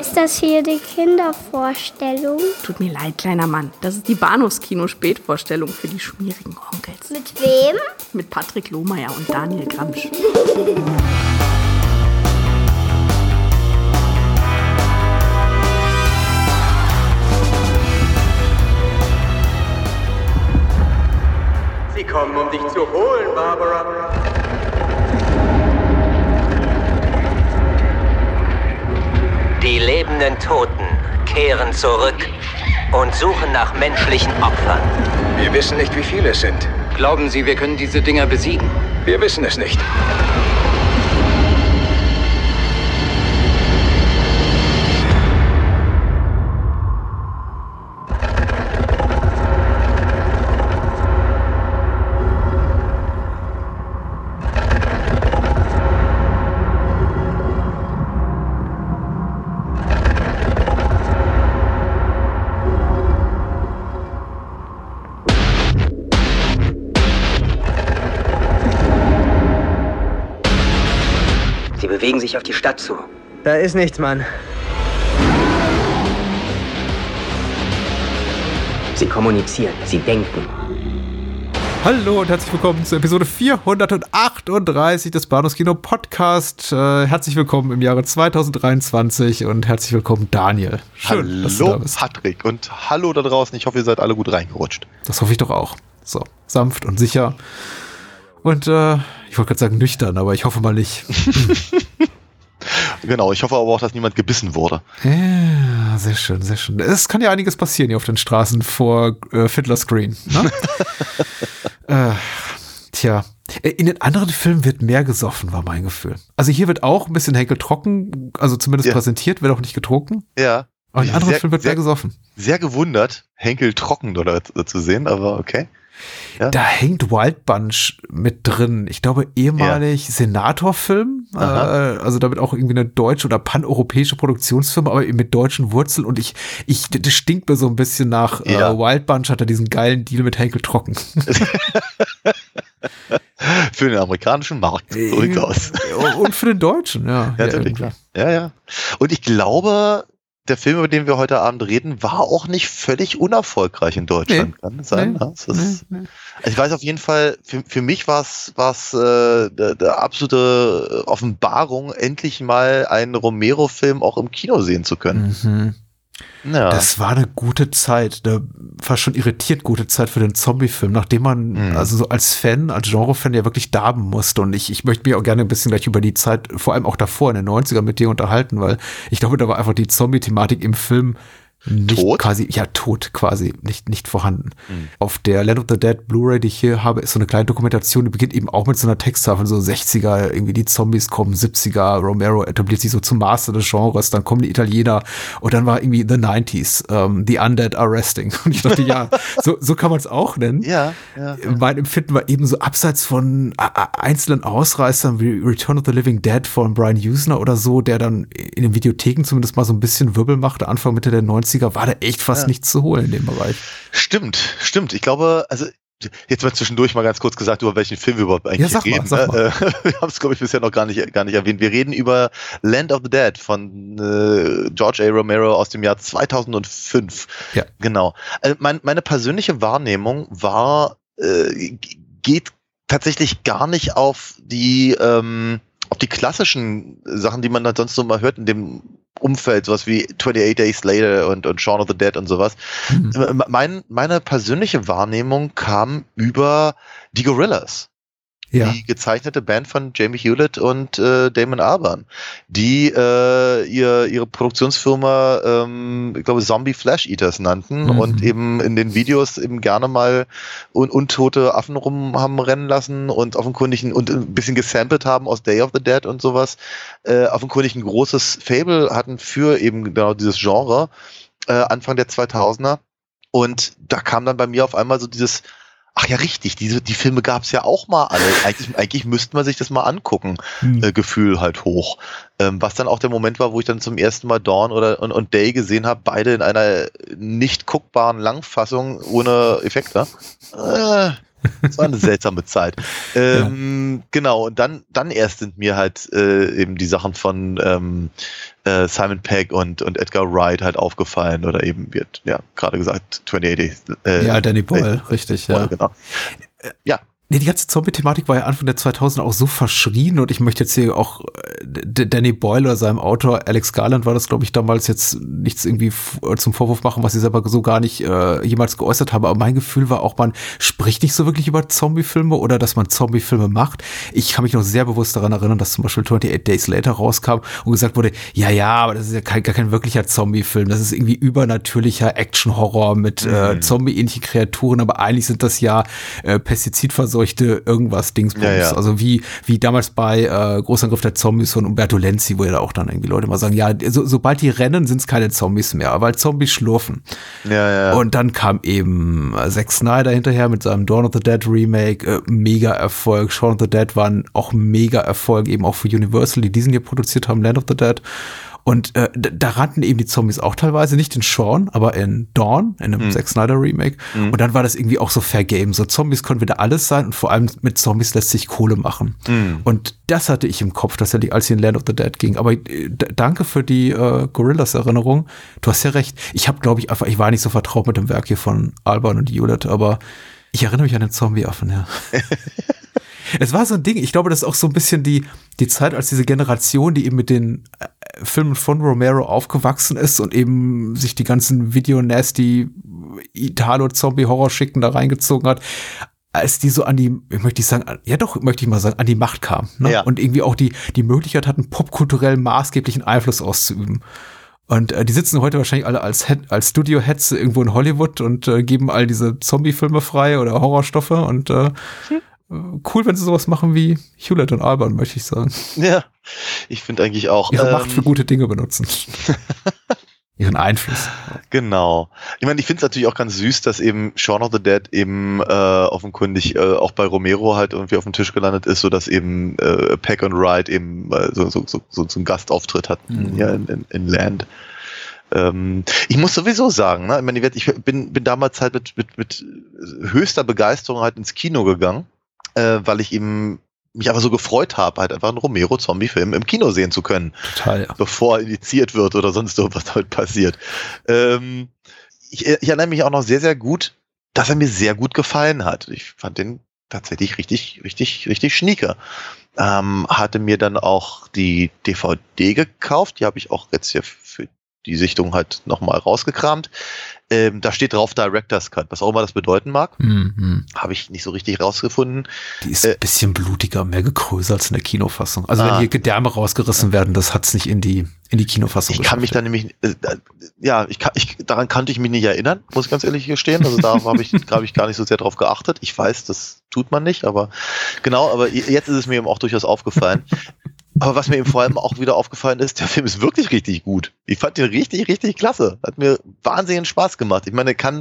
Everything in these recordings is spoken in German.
Ist das hier die Kindervorstellung? Tut mir leid, kleiner Mann. Das ist die Bahnhofskino-Spätvorstellung für die schmierigen Onkels. Mit wem? Mit Patrick Lohmeier und Daniel Gramsch. Sie kommen, um dich zu holen, Barbara. Die lebenden Toten kehren zurück und suchen nach menschlichen Opfern. Wir wissen nicht, wie viele es sind. Glauben Sie, wir können diese Dinger besiegen? Wir wissen es nicht. Sie bewegen sich auf die Stadt zu. Da ist nichts, Mann. Sie kommunizieren, sie denken. Hallo und herzlich willkommen zur Episode 438 des Bahnhofskino Podcast. Herzlich willkommen im Jahre 2023 und herzlich willkommen Daniel. Schön, dass du da bist. Patrick und hallo da draußen. Ich hoffe, ihr seid alle gut reingerutscht. Das hoffe ich doch auch. So, sanft und sicher. Und ich wollte gerade sagen nüchtern, aber ich hoffe mal nicht. Genau, ich hoffe aber auch, dass niemand gebissen wurde. Ja, sehr schön, sehr schön. Es kann ja einiges passieren hier auf den Straßen vor Fiddler's Green. Ne? Tja, in den anderen Filmen wird mehr gesoffen, war mein Gefühl. Also hier wird auch ein bisschen Henkel trocken, also zumindest präsentiert, wird auch nicht getrunken. Ja. Aber in anderen Filmen wird mehr gesoffen. Sehr gewundert, Henkel trocken oder zu sehen, aber okay. Ja. Da hängt Wild Bunch mit drin. Ich glaube, ehemalig Senator-Film. Also damit auch irgendwie eine deutsche oder paneuropäische Produktionsfirma, aber eben mit deutschen Wurzeln. Und das stinkt mir so ein bisschen nach Wild Bunch hat er diesen geilen Deal mit Henkel Trocken. Für den amerikanischen Markt, durchaus. Und für den deutschen, ja. Ja, natürlich. Ja. Und ich glaube, der Film, über den wir heute Abend reden, war auch nicht völlig unerfolgreich in Deutschland. Nee, kann das sein? Nee. Also ich weiß auf jeden Fall, für mich war es der absolute Offenbarung, endlich mal einen Romero-Film auch im Kino sehen zu können. Mhm. Ja. Das war eine gute Zeit, war schon irritiert gute Zeit für den Zombie-Film, nachdem man also so als Fan, als Genre-Fan ja wirklich darben musste. Und ich möchte mich auch gerne ein bisschen gleich über die Zeit, vor allem auch davor in den 90ern mit dir unterhalten, weil ich glaube, da war einfach die Zombie-Thematik im Film nicht tot quasi, nicht vorhanden. Auf der Land of the Dead Blu-ray, die ich hier habe, ist so eine kleine Dokumentation, die beginnt eben auch mit so einer Texttafel, so 60er, irgendwie die Zombies kommen, 70er, Romero etabliert sich so zum Master des Genres, dann kommen die Italiener und dann war irgendwie the 90s, The Undead are resting. Und ich dachte, ja, so kann man es auch nennen. Ja. Mein Empfinden war eben so abseits von einzelnen Ausreißern wie Return of the Living Dead von Brian Usner oder so, der dann in den Videotheken zumindest mal so ein bisschen Wirbel machte, Anfang, Mitte der 90er, war da echt fast nichts zu holen in dem Bereich. Stimmt. Ich glaube, also jetzt mal zwischendurch mal ganz kurz gesagt, über welchen Film wir überhaupt eigentlich reden. Sag mal. Wir haben es, glaube ich, bisher noch gar nicht erwähnt. Wir reden über Land of the Dead von George A. Romero aus dem Jahr 2005. Ja. Genau. Meine persönliche Wahrnehmung geht tatsächlich gar nicht auf die klassischen Sachen, die man halt sonst so mal hört in dem Umfeld, sowas wie 28 Days Later und Shaun of the Dead und sowas. Meine persönliche Wahrnehmung kam über die Gorillas. Ja. Die gezeichnete Band von Jamie Hewlett und Damon Albarn, die ihre Produktionsfirma, ich glaube, Zombie Flesh Eaters nannten und eben in den Videos eben gerne mal untote Affen rum haben rennen lassen und offenkundig und ein bisschen gesampelt haben aus Day of the Dead und sowas. Offenkundig ein großes Fable hatten für eben genau dieses Genre Anfang der 2000er. Und da kam dann bei mir auf einmal so dieses: Ach ja, richtig, die Filme gab es ja auch mal alle. Eigentlich müsste man sich das mal angucken. Gefühl halt hoch. Was dann auch der Moment war, wo ich dann zum ersten Mal Dawn und Day gesehen habe, beide in einer nicht guckbaren Langfassung ohne Effekte. Das war eine seltsame Zeit. Genau, und dann erst sind mir halt eben die Sachen von Simon Pegg und Edgar Wright halt aufgefallen oder eben wird, ja, gerade gesagt, 28 Days. Danny Boyle, richtig, ja. Genau. Ja. Nee, die ganze Zombie-Thematik war ja Anfang der 2000er auch so verschrien und ich möchte jetzt hier auch Danny Boyle oder seinem Autor Alex Garland war das, glaube ich, damals jetzt nichts irgendwie zum Vorwurf machen, was sie selber so gar nicht jemals geäußert haben, aber mein Gefühl war auch, man spricht nicht so wirklich über Zombie-Filme oder dass man Zombie-Filme macht. Ich kann mich noch sehr bewusst daran erinnern, dass zum Beispiel 28 Days Later rauskam und gesagt wurde, ja, aber das ist ja gar kein wirklicher Zombie-Film, das ist irgendwie übernatürlicher Action-Horror mit Zombie-ähnlichen Kreaturen, aber eigentlich sind das ja pestizidverseuchte irgendwas Dingsbums. Ja. Also wie damals bei Großangriff der Zombies von Umberto Lenzi, wo ja auch dann irgendwie Leute mal sagen, ja, sobald die rennen, sind es keine Zombies mehr, weil Zombies schlurfen. Ja. Und dann kam eben Zack Snyder hinterher mit seinem Dawn of the Dead Remake, mega Erfolg. Shaun of the Dead waren auch mega Erfolg, eben auch für Universal, die diesen hier produziert haben, Land of the Dead. Und da rannten eben die Zombies auch teilweise, nicht in Shaun, aber in Dawn, in einem Zack Snyder Remake. Und dann war das irgendwie auch so Fair Game. So Zombies können wieder alles sein und vor allem mit Zombies lässt sich Kohle machen. Und das hatte ich im Kopf, tatsächlich, als ich in Land of the Dead ging. Aber danke für die Gorillas-Erinnerung. Du hast ja recht. Ich habe, glaube ich, einfach, ich war nicht so vertraut mit dem Werk hier von Alban und Hewlett, aber ich erinnere mich an den Zombie-Affen, ja. Es war so ein Ding, ich glaube, das ist auch so ein bisschen die Zeit, als diese Generation, die eben mit den Filmen von Romero aufgewachsen ist und eben sich die ganzen Video-Nasty Italo-Zombie-Horror-Schicken da reingezogen hat, als die so an die, möchte ich mal sagen, an die Macht kam. Ne? Ja. Und irgendwie auch die Möglichkeit hatten, popkulturell maßgeblichen Einfluss auszuüben. Und die sitzen heute wahrscheinlich alle als Studio-Heads irgendwo in Hollywood und geben all diese Zombie-Filme frei oder Horrorstoffe und cool, wenn sie sowas machen wie Hewlett und Alban, möchte ich sagen. Ja, ich finde eigentlich auch. Ihre Macht für gute Dinge benutzen. Ihren Einfluss. Genau. Ich meine, ich finde es natürlich auch ganz süß, dass eben Shaun of the Dead eben offenkundig auch bei Romero halt irgendwie auf dem Tisch gelandet ist, so dass eben Pegg und Wright eben so einen Gastauftritt hatten hier in Land. Ich muss sowieso sagen, ne, ich meine, ich bin damals halt mit höchster Begeisterung halt ins Kino gegangen, weil ich eben mich einfach so gefreut habe, halt einfach einen Romero-Zombie-Film im Kino sehen zu können. Total, ja. Bevor er indiziert wird oder sonst irgendwas halt passiert. Ich erinnere mich auch noch sehr, sehr gut, dass er mir sehr gut gefallen hat. Ich fand den tatsächlich richtig schnieke. Hatte mir dann auch die DVD gekauft, die habe ich auch jetzt hier für die Sichtung halt nochmal rausgekramt. Da steht drauf Director's Cut, was auch immer das bedeuten mag. Habe ich nicht so richtig rausgefunden. Die ist ein bisschen blutiger, mehr gekröselt als in der Kinofassung. Also wenn hier Gedärme rausgerissen werden, das hat's nicht in die Kinofassung geschafft. Ich kann mich da nämlich, daran kannte ich mich nicht erinnern, muss ich ganz ehrlich gestehen. Also da habe ich gar nicht so sehr drauf geachtet. Ich weiß, das tut man nicht, aber jetzt ist es mir eben auch durchaus aufgefallen. Aber was mir eben vor allem auch wieder aufgefallen ist, der Film ist wirklich richtig gut. Ich fand den richtig klasse. Hat mir wahnsinnig Spaß gemacht. Ich meine, kann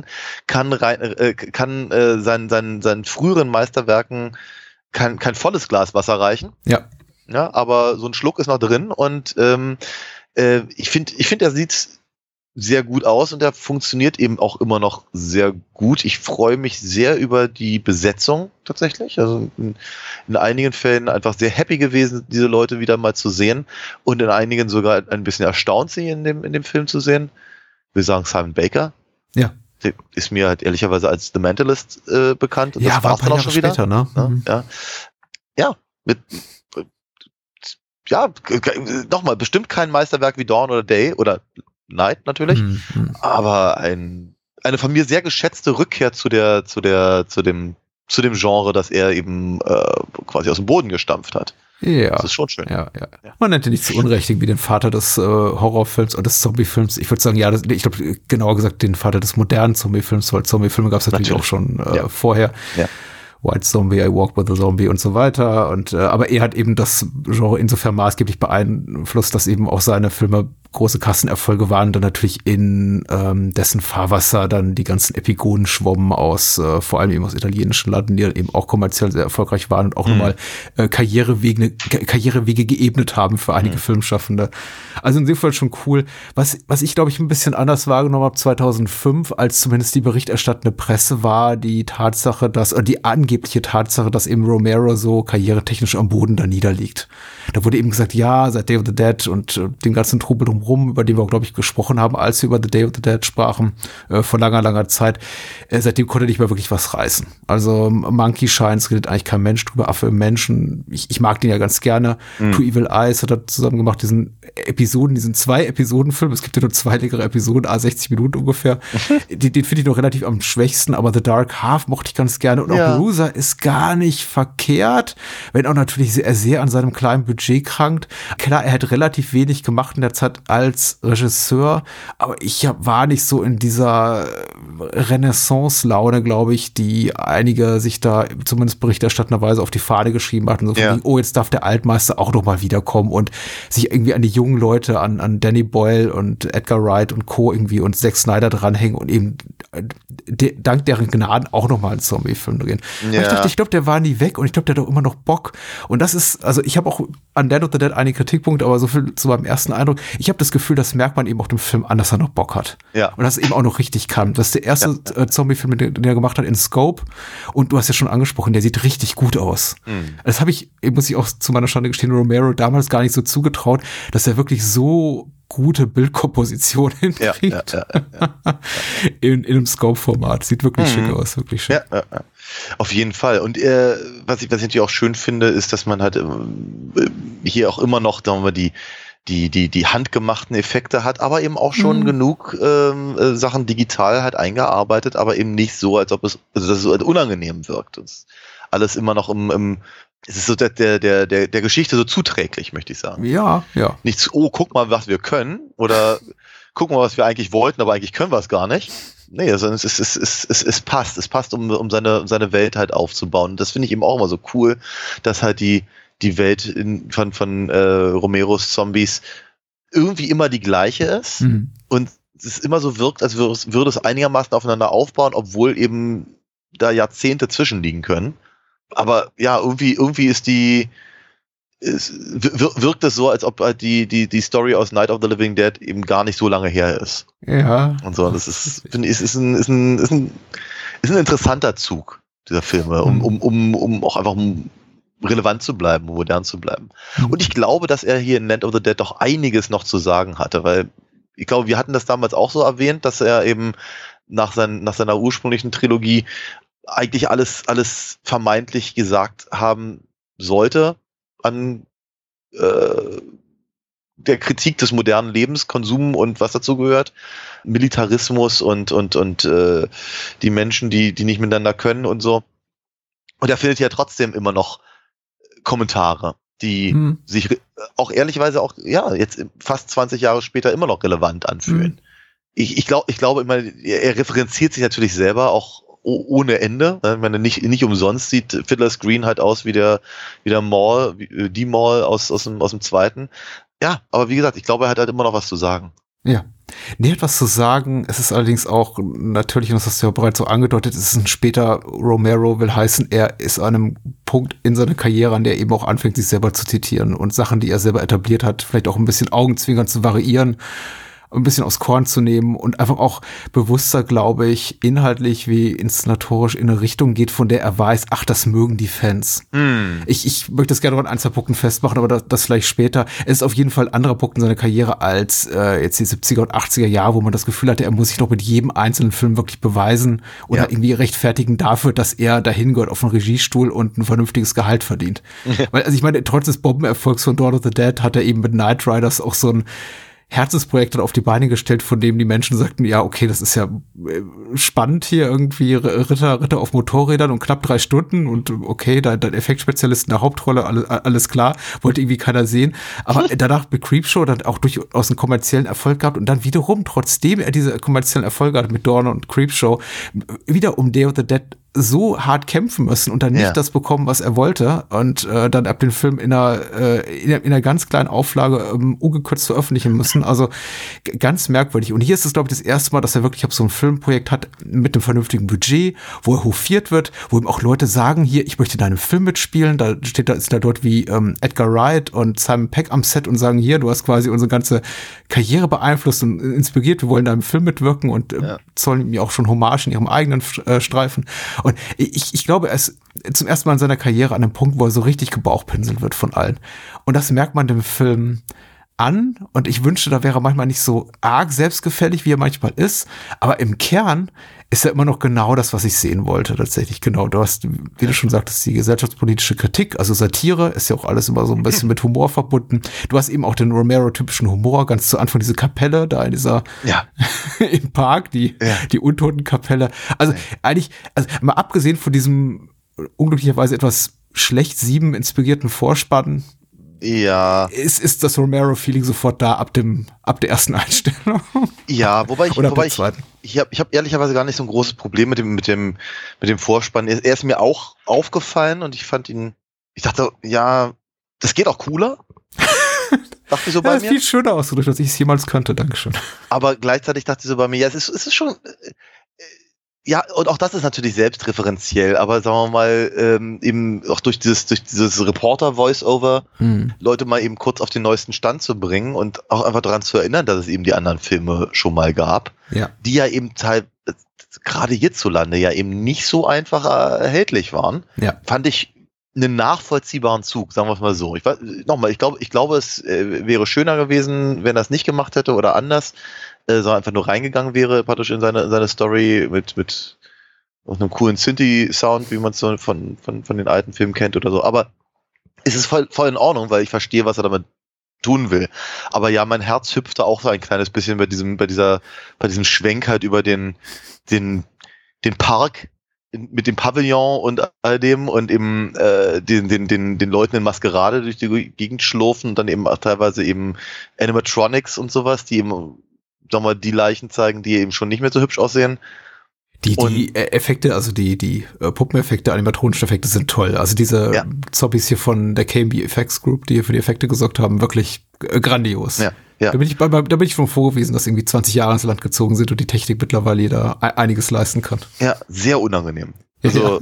seinen früheren Meisterwerken kein volles Glas Wasser reichen. Ja. Ja, aber so ein Schluck ist noch drin und ich finde, er sieht sehr gut aus und er funktioniert eben auch immer noch sehr gut. Ich freue mich sehr über die Besetzung tatsächlich. Also in einigen Fällen einfach sehr happy gewesen, diese Leute wieder mal zu sehen und in einigen sogar ein bisschen erstaunt, sie in dem Film zu sehen. Wir sagen Simon Baker. Ja. Der ist mir halt ehrlicherweise als The Mentalist bekannt. Und ja, das war ein paar Jahre später, ne? Nochmal, bestimmt kein Meisterwerk wie Dawn oder Day oder Night natürlich, aber eine von mir sehr geschätzte Rückkehr zu dem Genre, das er eben quasi aus dem Boden gestampft hat. Ja. Das ist schon schön. Ja. Man nennt ihn nicht zu Unrecht wie den Vater des Horrorfilms und des Zombiefilms. Ich würde sagen, ich glaube, genauer gesagt, den Vater des modernen Zombiefilms, weil Zombiefilme gab es natürlich auch schon vorher. Ja. White Zombie, I Walk with a Zombie und so weiter. Und aber er hat eben das Genre insofern maßgeblich beeinflusst, dass eben auch seine Filme große Kassenerfolge waren, dann natürlich in dessen Fahrwasser dann die ganzen Epigonen schwommen aus, vor allem eben aus italienischen Landen, die dann eben auch kommerziell sehr erfolgreich waren und auch nochmal Karrierewege geebnet haben für einige Filmschaffende. Also insofern schon cool. Was ich, glaube ich, ein bisschen anders wahrgenommen habe 2005, als zumindest die berichterstattende Presse, war die Tatsache, die angebliche Tatsache, dass eben Romero so karrieretechnisch am Boden da niederliegt. Da wurde eben gesagt, ja, seit Day of the Dead und dem ganzen Trubel drumherum drumherum, über den wir auch, glaube ich, gesprochen haben, als wir über The Day of the Dead sprachen, vor langer, langer Zeit. Seitdem konnte nicht mehr wirklich was reißen. Also Monkey Shines redet eigentlich kein Mensch drüber, Affe im Menschen. Ich mag den ja ganz gerne. Two Evil Eyes hat er zusammen gemacht, diesen 2-Episoden-Film. Es gibt ja nur 2 längere Episoden, 60 Minuten ungefähr. Den finde ich noch relativ am schwächsten, aber The Dark Half mochte ich ganz gerne. Und auch Bruiser ist gar nicht verkehrt, wenn auch natürlich sehr an seinem kleinen Budget krankt. Klar, er hat relativ wenig gemacht in der Zeit als Regisseur, aber ich war nicht so in dieser Renaissance-Laune, glaube ich, die einige sich da zumindest berichterstattenderweise auf die Fahne geschrieben hatten. So von wegen, oh, jetzt darf der Altmeister auch noch mal wiederkommen und sich irgendwie an die jungen Leute, an Danny Boyle und Edgar Wright und Co. irgendwie und Zack Snyder dranhängen und eben dank deren Gnaden auch noch mal einen Zombie-Film drehen. Ja. Ich dachte, ich glaube, der war nie weg und ich glaube, der hat auch immer noch Bock. Und das ist, also ich habe auch an Dead of the Dead einige Kritikpunkte, aber so viel zu meinem ersten Eindruck. Ich habe das Gefühl, das merkt man eben auch dem Film an, dass er noch Bock hat. Ja. Und dass es eben auch noch richtig kann. Das ist der erste Zombie-Film, den er gemacht hat in Scope. Und du hast ja schon angesprochen, der sieht richtig gut aus. Das habe ich, muss ich auch zu meiner Schande gestehen, Romero damals gar nicht so zugetraut, dass er wirklich so gute Bildkomposition hinkriegt. In einem Scope-Format. Sieht wirklich schick aus, wirklich schick. Ja. Auf jeden Fall. Und was ich natürlich auch schön finde, ist, dass man halt hier auch immer noch, sagen wir mal, die handgemachten Effekte hat, aber eben auch schon genug Sachen digital halt eingearbeitet, aber eben nicht so, als ob dass es so unangenehm wirkt. Das ist alles immer noch es ist so der Geschichte so zuträglich, möchte ich sagen. Ja. Nichts, guck mal, was wir können, oder guck mal, was wir eigentlich wollten, aber eigentlich können wir es gar nicht. Nee, also es passt. Es passt, um seine Welt halt aufzubauen. Und das finde ich eben auch immer so cool, dass halt die Welt von Romeros Zombies irgendwie immer die gleiche ist. Und es immer so wirkt, als würde es einigermaßen aufeinander aufbauen, obwohl eben da Jahrzehnte zwischenliegen können. Aber ja, irgendwie wirkt es so, als ob halt die Story aus Night of the Living Dead eben gar nicht so lange her ist. Ja. Und so, das ist ein interessanter Zug, dieser Filme, um auch einfach relevant zu bleiben, modern zu bleiben. Und ich glaube, dass er hier in Land of the Dead doch einiges noch zu sagen hatte, weil ich glaube, wir hatten das damals auch so erwähnt, dass er eben nach seiner ursprünglichen Trilogie eigentlich alles vermeintlich gesagt haben sollte an der Kritik des modernen Lebens, Konsum und was dazu gehört, Militarismus und die Menschen, die nicht miteinander können und so. Und er findet ja trotzdem immer noch Kommentare, die sich auch ehrlicherweise auch, jetzt fast 20 Jahre später immer noch relevant anfühlen. Ich glaube immer, er referenziert sich natürlich selber auch ohne Ende. Ich meine, nicht umsonst sieht Fiddler's Green halt aus wie die Mall aus dem zweiten. Ja, aber wie gesagt, ich glaube, er hat halt immer noch was zu sagen. Ja. Nee, hat was zu sagen. Es ist allerdings auch natürlich, und das hast du ja bereits so angedeutet, es ist ein später Romero, will heißen, er ist an einem Punkt in seiner Karriere, an der eben auch anfängt, sich selber zu zitieren und Sachen, die er selber etabliert hat, vielleicht auch ein bisschen augenzwinkernd zu variieren, ein bisschen aufs Korn zu nehmen und einfach auch bewusster, glaube ich, inhaltlich wie inszenatorisch in eine Richtung geht, von der er weiß, ach, das mögen die Fans. Ich möchte das gerne noch an ein, zwei Punkten festmachen, aber das vielleicht später. Es ist auf jeden Fall ein anderer Punkt in seiner Karriere als jetzt die 70er und 80er Jahre, wo man das Gefühl hatte, er muss sich noch mit jedem einzelnen Film wirklich beweisen oder irgendwie rechtfertigen dafür, dass er dahin gehört auf einen Regiestuhl und ein vernünftiges Gehalt verdient. Weil, also ich meine, trotz des Bombenerfolgs von Dawn of the Dead hat er eben mit Knight Riders auch so ein Herzensprojekt auf die Beine gestellt, von dem die Menschen sagten, ja, okay, das ist ja spannend hier irgendwie, Ritter auf Motorrädern und knapp 3 Stunden und okay, dein Effektspezialist in der Hauptrolle, alles klar, wollte irgendwie keiner sehen, aber danach mit Creepshow dann auch durchaus einen kommerziellen Erfolg gehabt und dann wiederum, trotzdem er diese kommerziellen Erfolge hatte mit Dawn und Creepshow, wieder um Day of the Dead so hart kämpfen müssen und dann nicht das bekommen, was er wollte und dann ab dem Film in einer ganz kleinen Auflage ungekürzt veröffentlichen müssen. Also ganz merkwürdig. Und hier ist es, glaube ich, das erste Mal, dass er wirklich so ein Filmprojekt hat mit einem vernünftigen Budget, wo er hofiert wird, wo ihm auch Leute sagen, hier, ich möchte deinen Film mitspielen. Da ist da dort wie Edgar Wright und Simon Pegg am Set und sagen, hier, du hast quasi unsere ganze Karriere beeinflusst und inspiriert, wir wollen deinem Film mitwirken und zollen ihm auch schon Hommage in ihrem eigenen Streifen. Und ich glaube, er ist zum ersten Mal in seiner Karriere an einem Punkt, wo er so richtig gebauchpinselt wird von allen. Und das merkt man dem Film an und ich wünschte, da wäre er manchmal nicht so arg selbstgefällig, wie er manchmal ist, aber im Kern ist er immer noch genau das, was ich sehen wollte, tatsächlich. Genau, du hast, wie du schon sagtest, die gesellschaftspolitische Kritik, also Satire, ist ja auch alles immer so ein bisschen mit Humor verbunden. Du hast eben auch den Romero-typischen Humor, ganz zu Anfang diese Kapelle, da in dieser, im Park, die Untotenkapelle. Also eigentlich, also mal abgesehen von diesem unglücklicherweise etwas schlecht 7 inspirierten Vorspann, ist das Romero-Feeling sofort da ab der ersten Einstellung. Ja, wobei ich habe ehrlicherweise gar nicht so ein großes Problem mit dem Vorspann. Er ist mir auch aufgefallen und ich dachte, ja, das geht auch cooler. Dachte ich so bei mir. Das ist viel schöner ausgedrückt, als ich es jemals könnte. Dankeschön. Aber gleichzeitig dachte ich so bei mir, ja, es ist schon, ja, und auch das ist natürlich selbstreferenziell, aber sagen wir mal, eben auch durch dieses Reporter-Voice-Over Leute mal eben kurz auf den neuesten Stand zu bringen und auch einfach daran zu erinnern, dass es eben die anderen Filme schon mal gab, die ja eben gerade hierzulande ja eben nicht so einfach erhältlich waren, fand ich einen nachvollziehbaren Zug, sagen wir es mal so. Ich glaube, es wäre schöner gewesen, wenn er es nicht gemacht hätte oder anders, sondern einfach nur reingegangen wäre, praktisch in seine Story mit einem coolen Synthi-Sound, wie man es so von den alten Filmen kennt oder so. Aber es ist voll in Ordnung, weil ich verstehe, was er damit tun will. Aber ja, mein Herz hüpfte auch so ein kleines bisschen bei diesem Schwenk halt über den Park mit dem Pavillon und all dem und eben den Leuten in Maskerade durch die Gegend schlurfen und dann eben auch teilweise eben Animatronics und sowas, die eben, sagen wir mal, die Leichen zeigen, die eben schon nicht mehr so hübsch aussehen. Die Effekte, also die Puppeneffekte, animatronischen Effekte sind toll. Also diese Zombies hier von der KMB Effects Group, die hier für die Effekte gesorgt haben, wirklich grandios. Ja. Da bin ich schon froh gewesen, dass irgendwie 20 Jahre ins Land gezogen sind und die Technik mittlerweile da einiges leisten kann. Ja, sehr unangenehm. Also,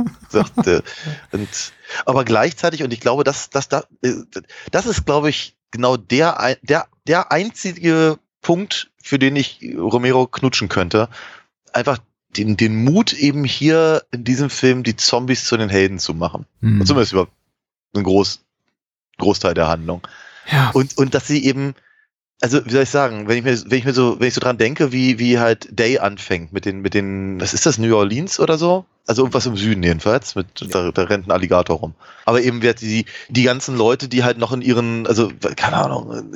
aber gleichzeitig, und ich glaube, das ist, glaube ich, genau der einzige Punkt, für den ich Romero knutschen könnte. Einfach den Mut eben hier in diesem Film die Zombies zu den Helden zu machen. Und zumindest über einen Großteil der Handlung. Ja. Und dass sie eben, also wie soll ich sagen, wenn ich so dran denke, wie halt Day anfängt mit den, was ist das, New Orleans oder so? Also irgendwas im Süden jedenfalls, da rennt ein Alligator rum. Aber eben die ganzen Leute, die halt noch in ihren, also keine Ahnung,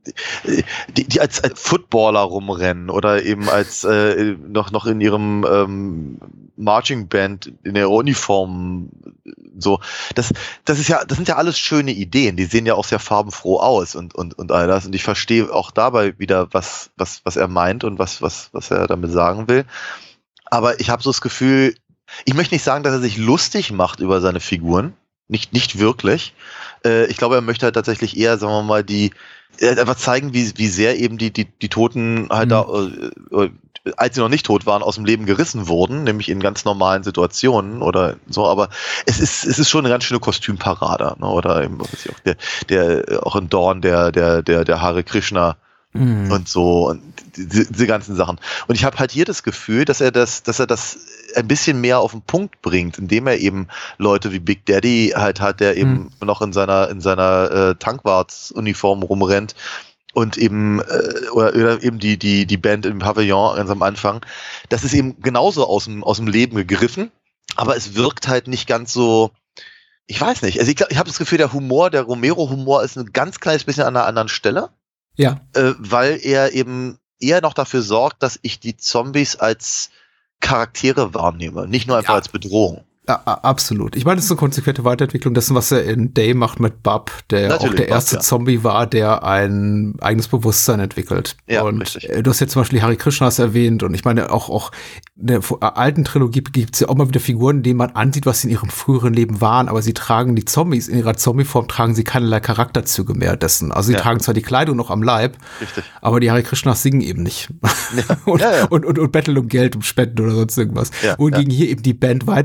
die als Footballer rumrennen oder eben als noch in ihrem Marching Band in der Uniform so. Das sind ja alles schöne Ideen, die sehen ja auch sehr farbenfroh aus und all das. Und ich verstehe auch dabei wieder, was er meint und was er damit sagen will. Aber ich habe so das Gefühl, ich möchte nicht sagen, dass er sich lustig macht über seine Figuren. Nicht wirklich. Ich glaube, er möchte halt tatsächlich eher, sagen wir mal, einfach zeigen, wie sehr eben die Toten halt da, als sie noch nicht tot waren, aus dem Leben gerissen wurden, nämlich in ganz normalen Situationen oder so. Aber es ist schon eine ganz schöne Kostümparade, ne? Oder eben, was weiß ich auch, der auch in Dawn, der Hare Krishna und so und diese ganzen Sachen. Und ich habe halt hier das Gefühl, dass er das ein bisschen mehr auf den Punkt bringt, indem er eben Leute wie Big Daddy halt hat, der eben noch in seiner Tankwartsuniform rumrennt und eben oder eben die Band im Pavillon ganz am Anfang. Das ist eben genauso aus dem Leben gegriffen, aber es wirkt halt nicht ganz so. Ich weiß nicht. Also ich habe das Gefühl, der Romero-Humor ist ein ganz kleines bisschen an einer anderen Stelle. Ja. Weil er eben eher noch dafür sorgt, dass ich die Zombies als Charaktere wahrnehme, nicht nur einfach als Bedrohung. Ja, absolut. Ich meine, das ist eine konsequente Weiterentwicklung dessen, was er in Day macht mit Bub, der natürlich auch der erste Zombie war, der ein eigenes Bewusstsein entwickelt. Ja, und richtig. Du hast jetzt zum Beispiel Hare Krishnas erwähnt und ich meine, auch in der alten Trilogie gibt es ja auch mal wieder Figuren, denen man ansieht, was sie in ihrem früheren Leben waren, aber sie tragen die Zombies, in ihrer Zombie-Form tragen sie keinerlei Charakterzüge mehr dessen. Also sie tragen zwar die Kleidung noch am Leib, richtig, aber die Hare Krishnas singen eben nicht. Ja. Und betteln um Geld, um Spenden oder sonst irgendwas. Ja, wohingegen hier eben die Band weiterspielt.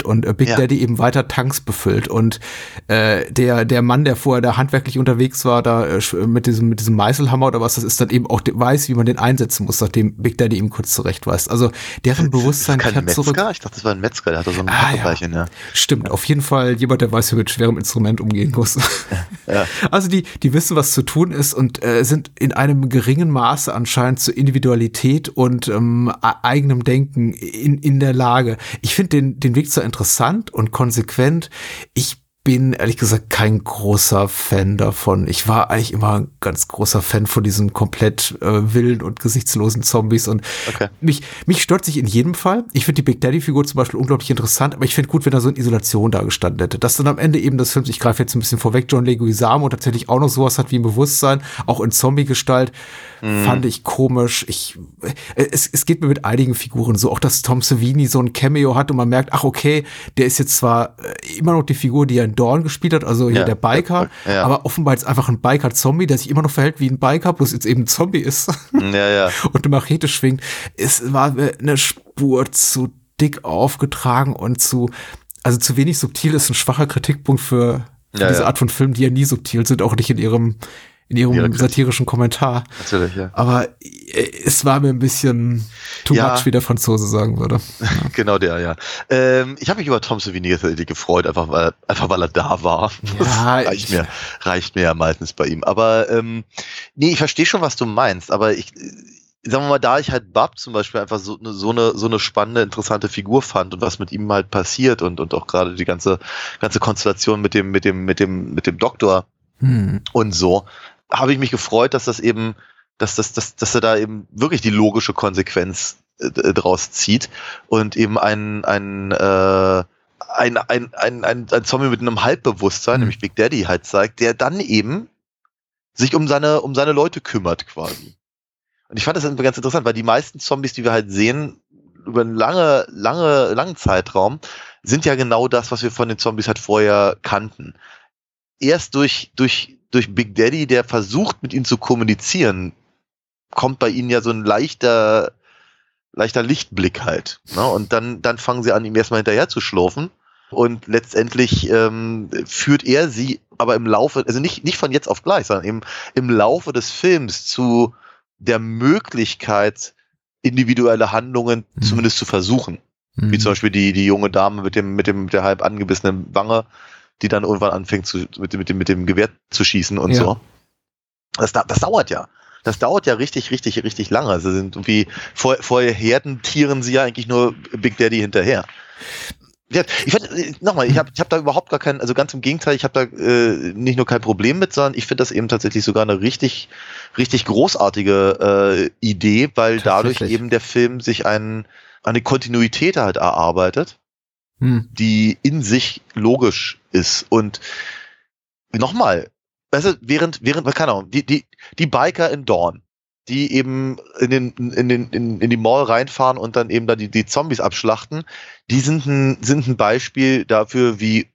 befüllt und Big Daddy eben weiter Tanks befüllt und der Mann, der vorher da handwerklich unterwegs war, da mit diesem Meißelhammer oder was das ist, dann eben auch weiß, wie man den einsetzen muss, nachdem Big Daddy ihm kurz zurechtweist. Also deren Bewusstsein kehrt zurück. Ich dachte, das war ein Metzger, der hatte so ein Hackebeinchen, ja. Stimmt, auf jeden Fall jemand, der weiß, wie mit schwerem Instrument umgehen muss. Ja. Also die wissen, was zu tun ist und sind in einem geringen Maße anscheinend zur Individualität und eigenem Denken in der Lage. Ich finde den Weg zwar interessant und konsequent. Ich bin ehrlich gesagt kein großer Fan davon. Ich war eigentlich immer ein ganz großer Fan von diesen komplett wilden und gesichtslosen Zombies und mich stört sich in jedem Fall. Ich finde die Big Daddy-Figur zum Beispiel unglaublich interessant, aber ich finde gut, wenn er so in Isolation da gestanden hätte. Dass dann am Ende eben des Films, ich greife jetzt ein bisschen vorweg, John Leguizamo tatsächlich auch noch sowas hat wie ein Bewusstsein, auch in Zombie-Gestalt, fand ich komisch. Es geht mir mit einigen Figuren so, auch dass Tom Savini so ein Cameo hat und man merkt, ach okay, der ist jetzt zwar immer noch die Figur, die er in Dawn gespielt hat, also hier der Biker, aber offenbar jetzt einfach ein Biker-Zombie, der sich immer noch verhält wie ein Biker, bloß jetzt eben ein Zombie ist und eine Machete schwingt. Es war eine Spur zu dick aufgetragen und zu wenig subtil, ist ein schwacher Kritikpunkt für diese Art von Filmen, die ja nie subtil sind, auch nicht in ihrem satirischen Kommentar. Natürlich, ja. Aber es war mir ein bisschen too much, wie der Franzose sagen würde. Ja. Genau der, ja. Ich habe mich über Tom Savini gefreut, einfach weil er da war. Ja, Das reicht mir ja meistens bei ihm. Aber ich verstehe schon, was du meinst. Aber sagen wir mal, da ich halt Bub zum Beispiel einfach so eine spannende, interessante Figur fand und was mit ihm halt passiert und auch gerade die ganze Konstellation mit dem Doktor und so, habe ich mich gefreut, dass das eben, dass er da eben wirklich die logische Konsequenz draus zieht und eben ein Zombie mit einem Halbbewusstsein, nämlich Big Daddy halt zeigt, der dann eben sich um seine Leute kümmert quasi. Und ich fand das ganz interessant, weil die meisten Zombies, die wir halt sehen, über einen langen Zeitraum, sind ja genau das, was wir von den Zombies halt vorher kannten. Erst durch Big Daddy, der versucht, mit ihnen zu kommunizieren, kommt bei ihnen ja so ein leichter Lichtblick halt. Ne? Und dann fangen sie an, ihm erstmal hinterher zu schlurfen. Und letztendlich führt er sie aber im Laufe, also nicht von jetzt auf gleich, sondern eben im Laufe des Films zu der Möglichkeit, individuelle Handlungen zumindest zu versuchen. Wie zum Beispiel die junge Dame mit der halb angebissenen Wange, die dann irgendwann anfängt mit dem Gewehr zu schießen und so. Das dauert ja. Das dauert ja richtig, richtig, richtig lange. Also sind irgendwie vorher herdentieren sie ja eigentlich nur Big Daddy hinterher. Ja, ich habe da überhaupt gar kein, also ganz im Gegenteil, ich habe da nicht nur kein Problem mit, sondern ich finde das eben tatsächlich sogar eine richtig, richtig großartige Idee, weil dadurch eben der Film sich eine Kontinuität halt erarbeitet, die in sich logisch ist. Und nochmal, also während keine Ahnung, die Biker in Dawn, die eben in die Mall reinfahren und dann eben da die Zombies abschlachten, die sind ein Beispiel dafür,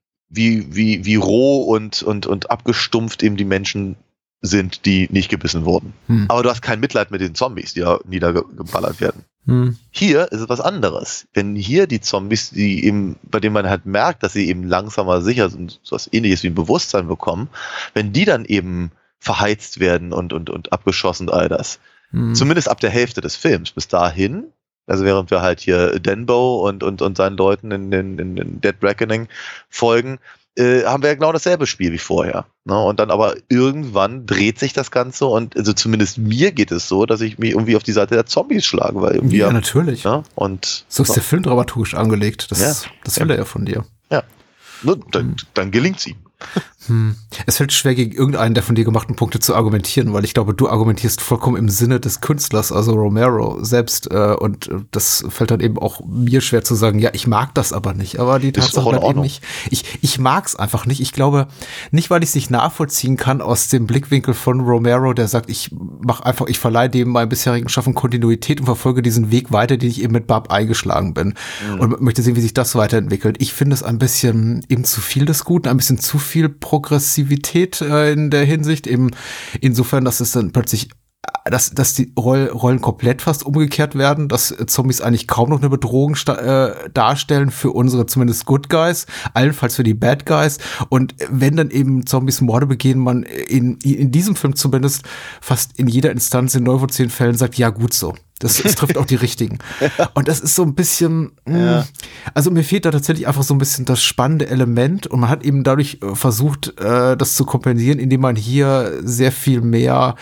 wie roh und abgestumpft eben die Menschen sind, die nicht gebissen wurden. Aber du hast kein Mitleid mit den Zombies, die da niedergeballert werden. Hier ist es was anderes. Wenn hier die Zombies, die eben, bei denen man halt merkt, dass sie eben langsamer sicher sind, so was Ähnliches wie ein Bewusstsein bekommen, wenn die dann eben verheizt werden und abgeschossen, all das. Zumindest ab der Hälfte des Films. Bis dahin, also während wir halt hier Denbo und seinen Leuten in Dead Reckoning folgen, haben wir ja genau dasselbe Spiel wie vorher. Ne? Und dann aber irgendwann dreht sich das Ganze und also zumindest mir geht es so, dass ich mich irgendwie auf die Seite der Zombies schlage. Weil irgendwie natürlich. Ja, und so ist der Film dramaturgisch angelegt. Das will er ja von dir. Ja. Dann gelingt's ihm. Es fällt schwer, gegen irgendeinen der von dir gemachten Punkte zu argumentieren, weil ich glaube, du argumentierst vollkommen im Sinne des Künstlers, also Romero selbst, und das fällt dann eben auch mir schwer zu sagen, ja, ich mag das aber nicht, aber die Tatsache bleibt eben nicht, ich mag's einfach nicht, ich glaube, nicht, weil ich es nicht nachvollziehen kann aus dem Blickwinkel von Romero, der sagt, ich verleihe dem meinem bisherigen Schaffen Kontinuität und verfolge diesen Weg weiter, den ich eben mit Barb eingeschlagen bin und möchte sehen, wie sich das weiterentwickelt. Ich finde es ein bisschen eben zu viel des Guten, ein bisschen zu viel Progressivität in der Hinsicht, eben insofern, dass es dann plötzlich dass die Rollen komplett fast umgekehrt werden, dass Zombies eigentlich kaum noch eine Bedrohung darstellen für unsere zumindest Good Guys, allenfalls für die Bad Guys. Und wenn dann eben Zombies Morde begehen, man in diesem Film zumindest fast in jeder Instanz in 9 von 10 Fällen sagt, ja gut so. Das trifft auch die Richtigen. Und das ist so ein bisschen, also mir fehlt da tatsächlich einfach so ein bisschen das spannende Element und man hat eben dadurch versucht, das zu kompensieren, indem man hier sehr viel mehr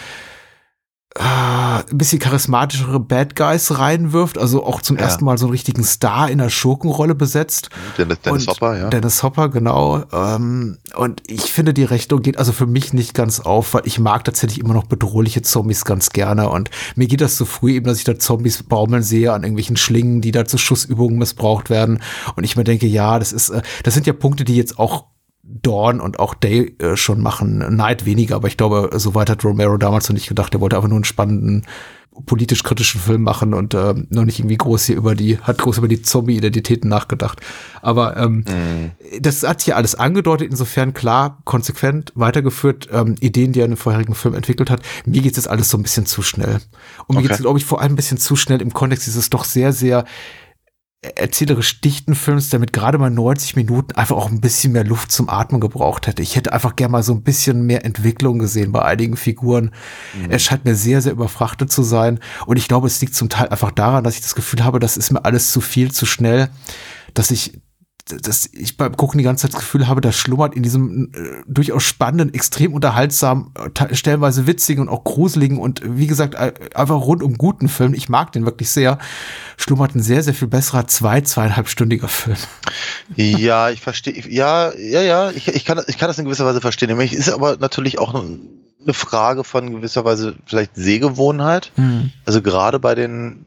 ein bisschen charismatischere Bad Guys reinwirft, also auch zum ersten Mal so einen richtigen Star in der Schurkenrolle besetzt. Dennis Hopper, ja. Dennis Hopper, genau. Und ich finde, die Rechnung geht also für mich nicht ganz auf, weil ich mag tatsächlich immer noch bedrohliche Zombies ganz gerne und mir geht das so früh eben, dass ich da Zombies baumeln sehe an irgendwelchen Schlingen, die da zu Schussübungen missbraucht werden und ich mir denke, ja, das sind ja Punkte, die jetzt auch Dawn und auch Day schon machen, Night weniger, aber ich glaube, so weit hat Romero damals noch nicht gedacht, er wollte einfach nur einen spannenden, politisch-kritischen Film machen und noch nicht irgendwie groß über die Zombie-Identitäten nachgedacht. Aber das hat hier alles angedeutet, insofern klar, konsequent weitergeführt, Ideen, die er in dem vorherigen Film entwickelt hat. Mir geht es jetzt alles so ein bisschen zu schnell. Und mir geht es, glaube ich, vor allem ein bisschen zu schnell im Kontext dieses doch sehr, sehr erzählerisch dichten Films, der mit gerade mal 90 Minuten einfach auch ein bisschen mehr Luft zum Atmen gebraucht hätte. Ich hätte einfach gerne mal so ein bisschen mehr Entwicklung gesehen bei einigen Figuren. Er scheint mir sehr, sehr überfrachtet zu sein und ich glaube, es liegt zum Teil einfach daran, dass ich das Gefühl habe, das ist mir alles zu viel, zu schnell, dass ich beim Gucken die ganze Zeit das Gefühl habe, das schlummert in diesem durchaus spannenden, extrem unterhaltsamen, stellenweise witzigen und auch gruseligen und wie gesagt, einfach rundum guten Film. Ich mag den wirklich sehr. Schlummert ein sehr, sehr viel besserer 2,5-stündiger Film. Ja, ich verstehe. Ja. Ich kann das in gewisser Weise verstehen. Nämlich ist aber natürlich auch eine Frage von gewisser Weise vielleicht Sehgewohnheit. Also gerade bei den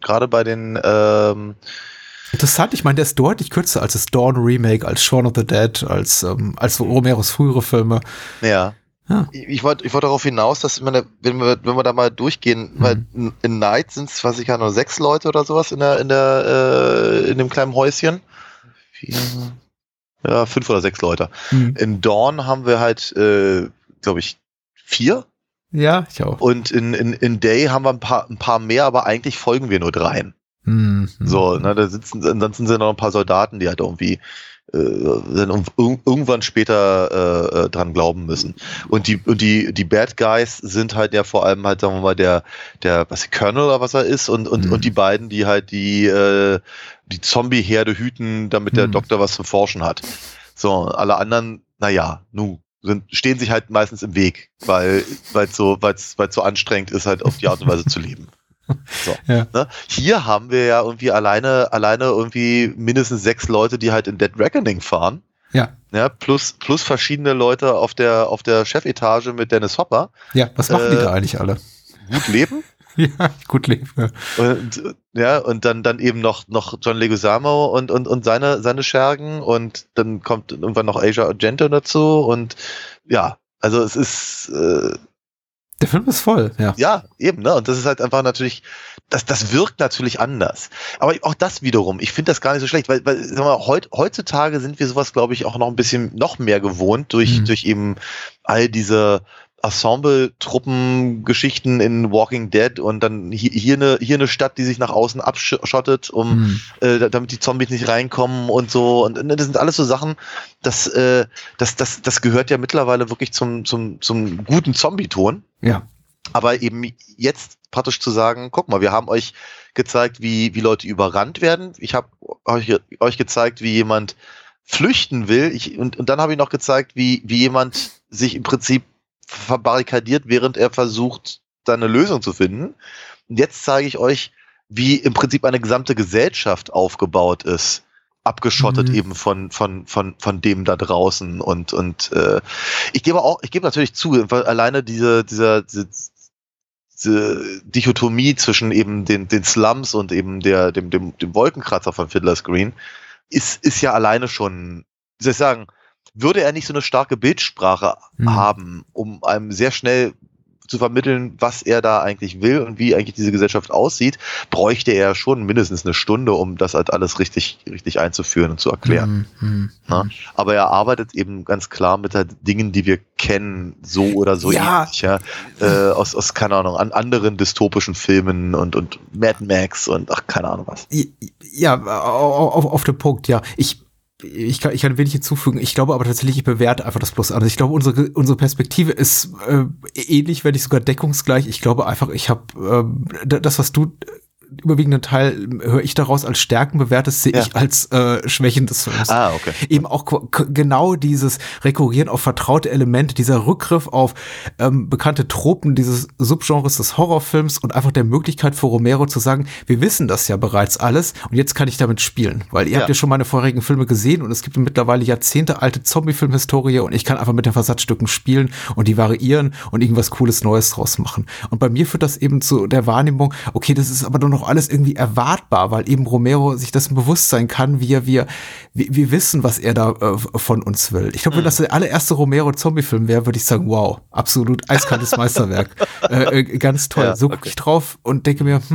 interessant, ich meine, der ist deutlich kürzer als das Dawn Remake, als Shaun of the Dead, als Romeros frühere Filme. Ja. Ich wollte darauf hinaus, dass wenn wir da mal durchgehen, weil in Night sind es, weiß ich gar nicht, nur 6 Leute oder sowas in dem kleinen Häuschen. 5 oder 6 Leute. In Dawn haben wir halt, glaube ich, 4. Ja, ich auch. Und in Day haben wir ein paar mehr, aber eigentlich folgen wir nur 3. So, ne, dann sind noch ein paar Soldaten, die halt irgendwie irgendwann später dran glauben müssen. Und die Bad Guys sind halt ja vor allem halt, sagen wir mal, der Colonel oder was er ist und die beiden, die halt die Zombie-Herde hüten, damit der Doktor was zum Forschen hat. So, alle anderen, stehen sich halt meistens im Weg, weil es so anstrengend ist, halt auf die Art und Weise zu leben. So, ne? Hier haben wir ja irgendwie alleine irgendwie mindestens 6 Leute, die halt in Dead Reckoning fahren. Ja, plus verschiedene Leute auf der Chefetage mit Dennis Hopper. Ja, was machen die da eigentlich alle? Gut leben. Ja, gut leben. Und dann eben noch John Leguizamo und seine Schergen und dann kommt irgendwann noch Asia Argento dazu und ja, also es ist der Film ist voll, ja. Ja, eben, ne? Und das ist halt einfach natürlich, das wirkt natürlich anders. Aber auch das wiederum, ich finde das gar nicht so schlecht, weil sagen wir mal, heutzutage sind wir sowas, glaube ich, auch noch mehr gewohnt durch eben all diese Ensemble-Truppen-Geschichten in Walking Dead und dann hier eine Stadt, die sich nach außen abschottet, damit die Zombies nicht reinkommen und so. Und das sind alles so Sachen, das gehört ja mittlerweile wirklich zum guten Zombie-Ton. Ja. Aber eben jetzt praktisch zu sagen, guck mal, wir haben euch gezeigt, wie Leute überrannt werden. Ich habe euch gezeigt, wie jemand flüchten will. Und dann habe ich noch gezeigt, wie jemand sich im Prinzip verbarrikadiert, während er versucht, da eine Lösung zu finden. Und jetzt zeige ich euch, wie im Prinzip eine gesamte Gesellschaft aufgebaut ist, abgeschottet eben von dem da draußen und ich gebe natürlich zu, weil alleine diese Dichotomie zwischen eben den Slums und eben dem Wolkenkratzer von Fiddler's Green ist ja alleine schon, wie soll ich sagen, würde er nicht so eine starke Bildsprache haben, um einem sehr schnell zu vermitteln, was er da eigentlich will und wie eigentlich diese Gesellschaft aussieht, bräuchte er schon mindestens eine Stunde, um das halt alles richtig einzuführen und zu erklären. Aber er arbeitet eben ganz klar mit halt Dingen, die wir kennen, so oder so ähnlich, aus keine Ahnung, an anderen dystopischen Filmen und Mad Max und keine Ahnung was. Ja, auf den Punkt, ja. Ich kann wenig hinzufügen. Ich glaube aber tatsächlich, ich bewerte einfach das bloß an. Also ich glaube, unsere Perspektive ist ähnlich, wenn nicht sogar deckungsgleich. Ich glaube einfach, ich habe das, was du überwiegenden Teil höre ich daraus als Stärken bewertest, sehe ich als Schwächen des Films. Okay. Eben auch genau dieses Rekurrieren auf vertraute Elemente, dieser Rückgriff auf bekannte Tropen dieses Subgenres des Horrorfilms und einfach der Möglichkeit für Romero zu sagen, wir wissen das ja bereits alles und jetzt kann ich damit spielen. Weil ihr habt ja schon meine vorherigen Filme gesehen und es gibt mittlerweile jahrzehntealte Zombie-Film-Historie und ich kann einfach mit den Versatzstücken spielen und die variieren und irgendwas Cooles Neues draus machen. Und bei mir führt das eben zu der Wahrnehmung, okay, das ist aber nur noch alles irgendwie erwartbar, weil eben Romero sich dessen bewusst sein kann, wir wissen, was er da von uns will. Ich glaube, wenn das der allererste Romero-Zombie-Film wäre, würde ich sagen, wow, absolut eiskaltes Meisterwerk. Ganz toll. So gucke ich drauf und denke mir,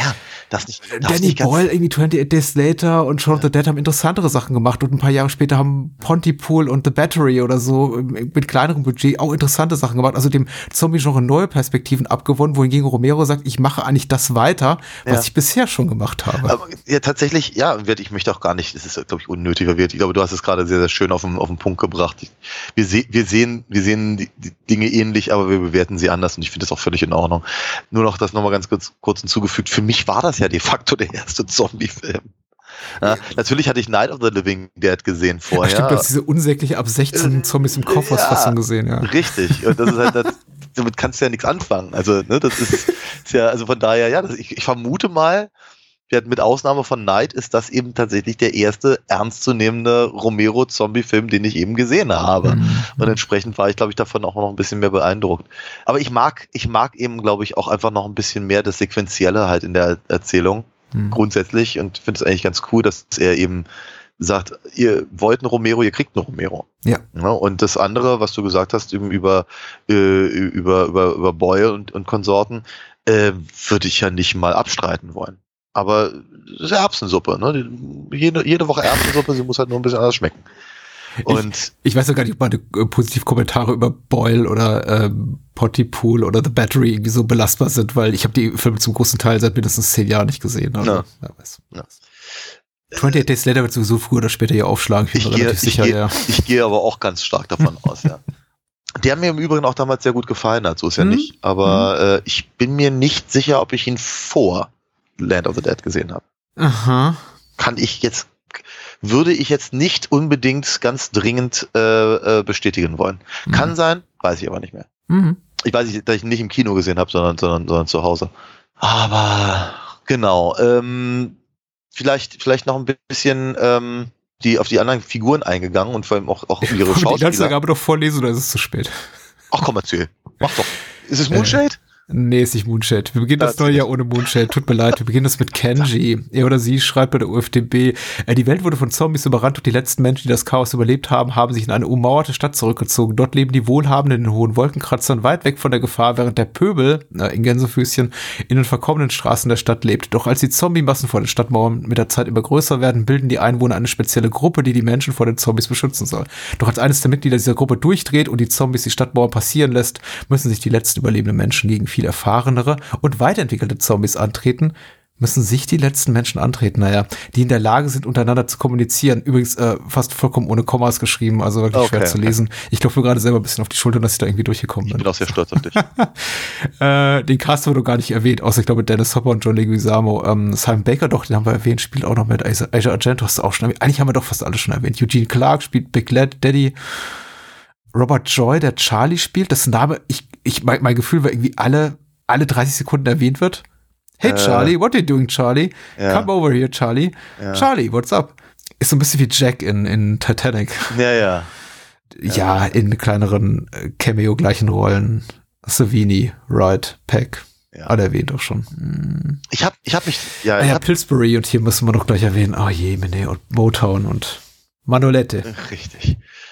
Danny Boyle, irgendwie 28 Days Later und Shaun of the Dead haben interessantere Sachen gemacht und ein paar Jahre später haben Pontypool und The Battery oder so mit kleinerem Budget auch interessante Sachen gemacht, also dem Zombie-Genre neue Perspektiven abgewonnen, wohingegen Romero sagt, ich mache eigentlich das weiter, was ich bisher schon gemacht habe. Aber, ja, tatsächlich, ich möchte auch gar nicht, das ist, glaube ich, unnötig verwirrt. Ich glaube, du hast es gerade sehr, sehr schön auf den Punkt gebracht. Wir sehen die Dinge ähnlich, aber wir bewerten sie anders und ich finde das auch völlig in Ordnung. Nur noch das nochmal ganz kurz hinzugefügt. Für mich war das ja de facto der erste Zombie-Film. Ja, natürlich hatte ich Night of the Living Dead gesehen vorher. Stimmt, du hast diese unsägliche ab 16 Zombies im Kaufhaus-Fassung gesehen, ja. Richtig. Und das ist halt damit kannst du ja nichts anfangen. Also, ne, das ist ja, also von daher, ich vermute mal, mit Ausnahme von Night ist das eben tatsächlich der erste ernstzunehmende Romero-Zombie-Film, den ich eben gesehen habe. Und entsprechend war ich, glaube ich, davon auch noch ein bisschen mehr beeindruckt. Aber ich mag eben, glaube ich, auch einfach noch ein bisschen mehr das Sequentielle halt in der Erzählung. Grundsätzlich und finde es eigentlich ganz cool, dass er eben sagt, ihr wollt einen Romero, ihr kriegt einen Romero. Ja. Und das andere, was du gesagt hast, eben über Boyle und Konsorten, würde ich ja nicht mal abstreiten wollen. Aber es ist Erbsensuppe, ne? Jede Woche Erbsensuppe, sie muss halt nur ein bisschen anders schmecken. Und ich weiß ja gar nicht, ob meine Positivkommentare über Boyle oder Pontypool oder The Battery irgendwie so belastbar sind, weil ich habe die Filme zum großen Teil seit mindestens 10 Jahren nicht gesehen. Also, weiß. 28 Days Later wird sowieso früher oder später hier aufschlagen. Ich bin mir relativ sicher, Ich gehe aber auch ganz stark davon aus, ja. Der hat mir im Übrigen auch damals sehr gut gefallen hat, so ist ja nicht. Aber ich bin mir nicht sicher, ob ich ihn vor Land of the Dead gesehen habe. Aha. Würde ich jetzt nicht unbedingt ganz dringend bestätigen wollen. Kann sein, weiß ich aber nicht mehr. Ich weiß nicht, dass ich ihn nicht im Kino gesehen habe, sondern zu Hause. Aber genau. Vielleicht noch ein bisschen auf die anderen Figuren eingegangen und vor allem auch ihre Schauspieler. Die ganze aber doch vorlesen oder ist es zu spät? Ach komm, erzähl. Mach doch. Ist es Moonshade? Nee, ist nicht Moonshade. Wir beginnen das neue Jahr ohne Moonshade. Tut mir leid. Wir beginnen das mit Kenji. Er oder sie schreibt bei der UFDB, die Welt wurde von Zombies überrannt und die letzten Menschen, die das Chaos überlebt haben, haben sich in eine ummauerte Stadt zurückgezogen. Dort leben die Wohlhabenden in den hohen Wolkenkratzern weit weg von der Gefahr, während der Pöbel, in Gänsefüßchen, in den verkommenen Straßen der Stadt lebt. Doch als die Zombie-Massen vor den Stadtmauern mit der Zeit immer größer werden, bilden die Einwohner eine spezielle Gruppe, die die Menschen vor den Zombies beschützen soll. Doch als eines der Mitglieder dieser Gruppe durchdreht und die Zombies die Stadtmauern passieren lässt, müssen sich die letzten überlebenden Menschen gegen viel erfahrenere und weiterentwickelte Zombies antreten, müssen sich die letzten Menschen antreten, die in der Lage sind, untereinander zu kommunizieren. Übrigens fast vollkommen ohne Kommas geschrieben, also wirklich schwer zu lesen. Ich klopfe mir gerade selber ein bisschen auf die Schulter, dass ich da irgendwie durchgekommen bin. Ich bin auch sehr stolz auf dich. Den Cast haben wir noch gar nicht erwähnt, außer ich glaube Dennis Hopper und John Leguizamo. Simon Baker, doch, den haben wir erwähnt, spielt auch noch mit. Asia Argento hast du auch schon erwähnt. Eigentlich haben wir doch fast alle schon erwähnt. Eugene Clark spielt Big Daddy. Robert Joy, der Charlie spielt, dessen Name, mein Gefühl war irgendwie alle 30 Sekunden erwähnt wird. Hey Charlie, what are you doing, Charlie? Come over here, Charlie. Charlie, what's up? Ist so ein bisschen wie Jack in Titanic. Ja, in kleineren Cameo-gleichen Rollen. Savini, Wright, Peck. Alle erwähnt auch schon. Ich hab mich... Pillsbury und hier müssen wir noch gleich erwähnen. Oh je, Mene und Motown und Manolette. Richtig.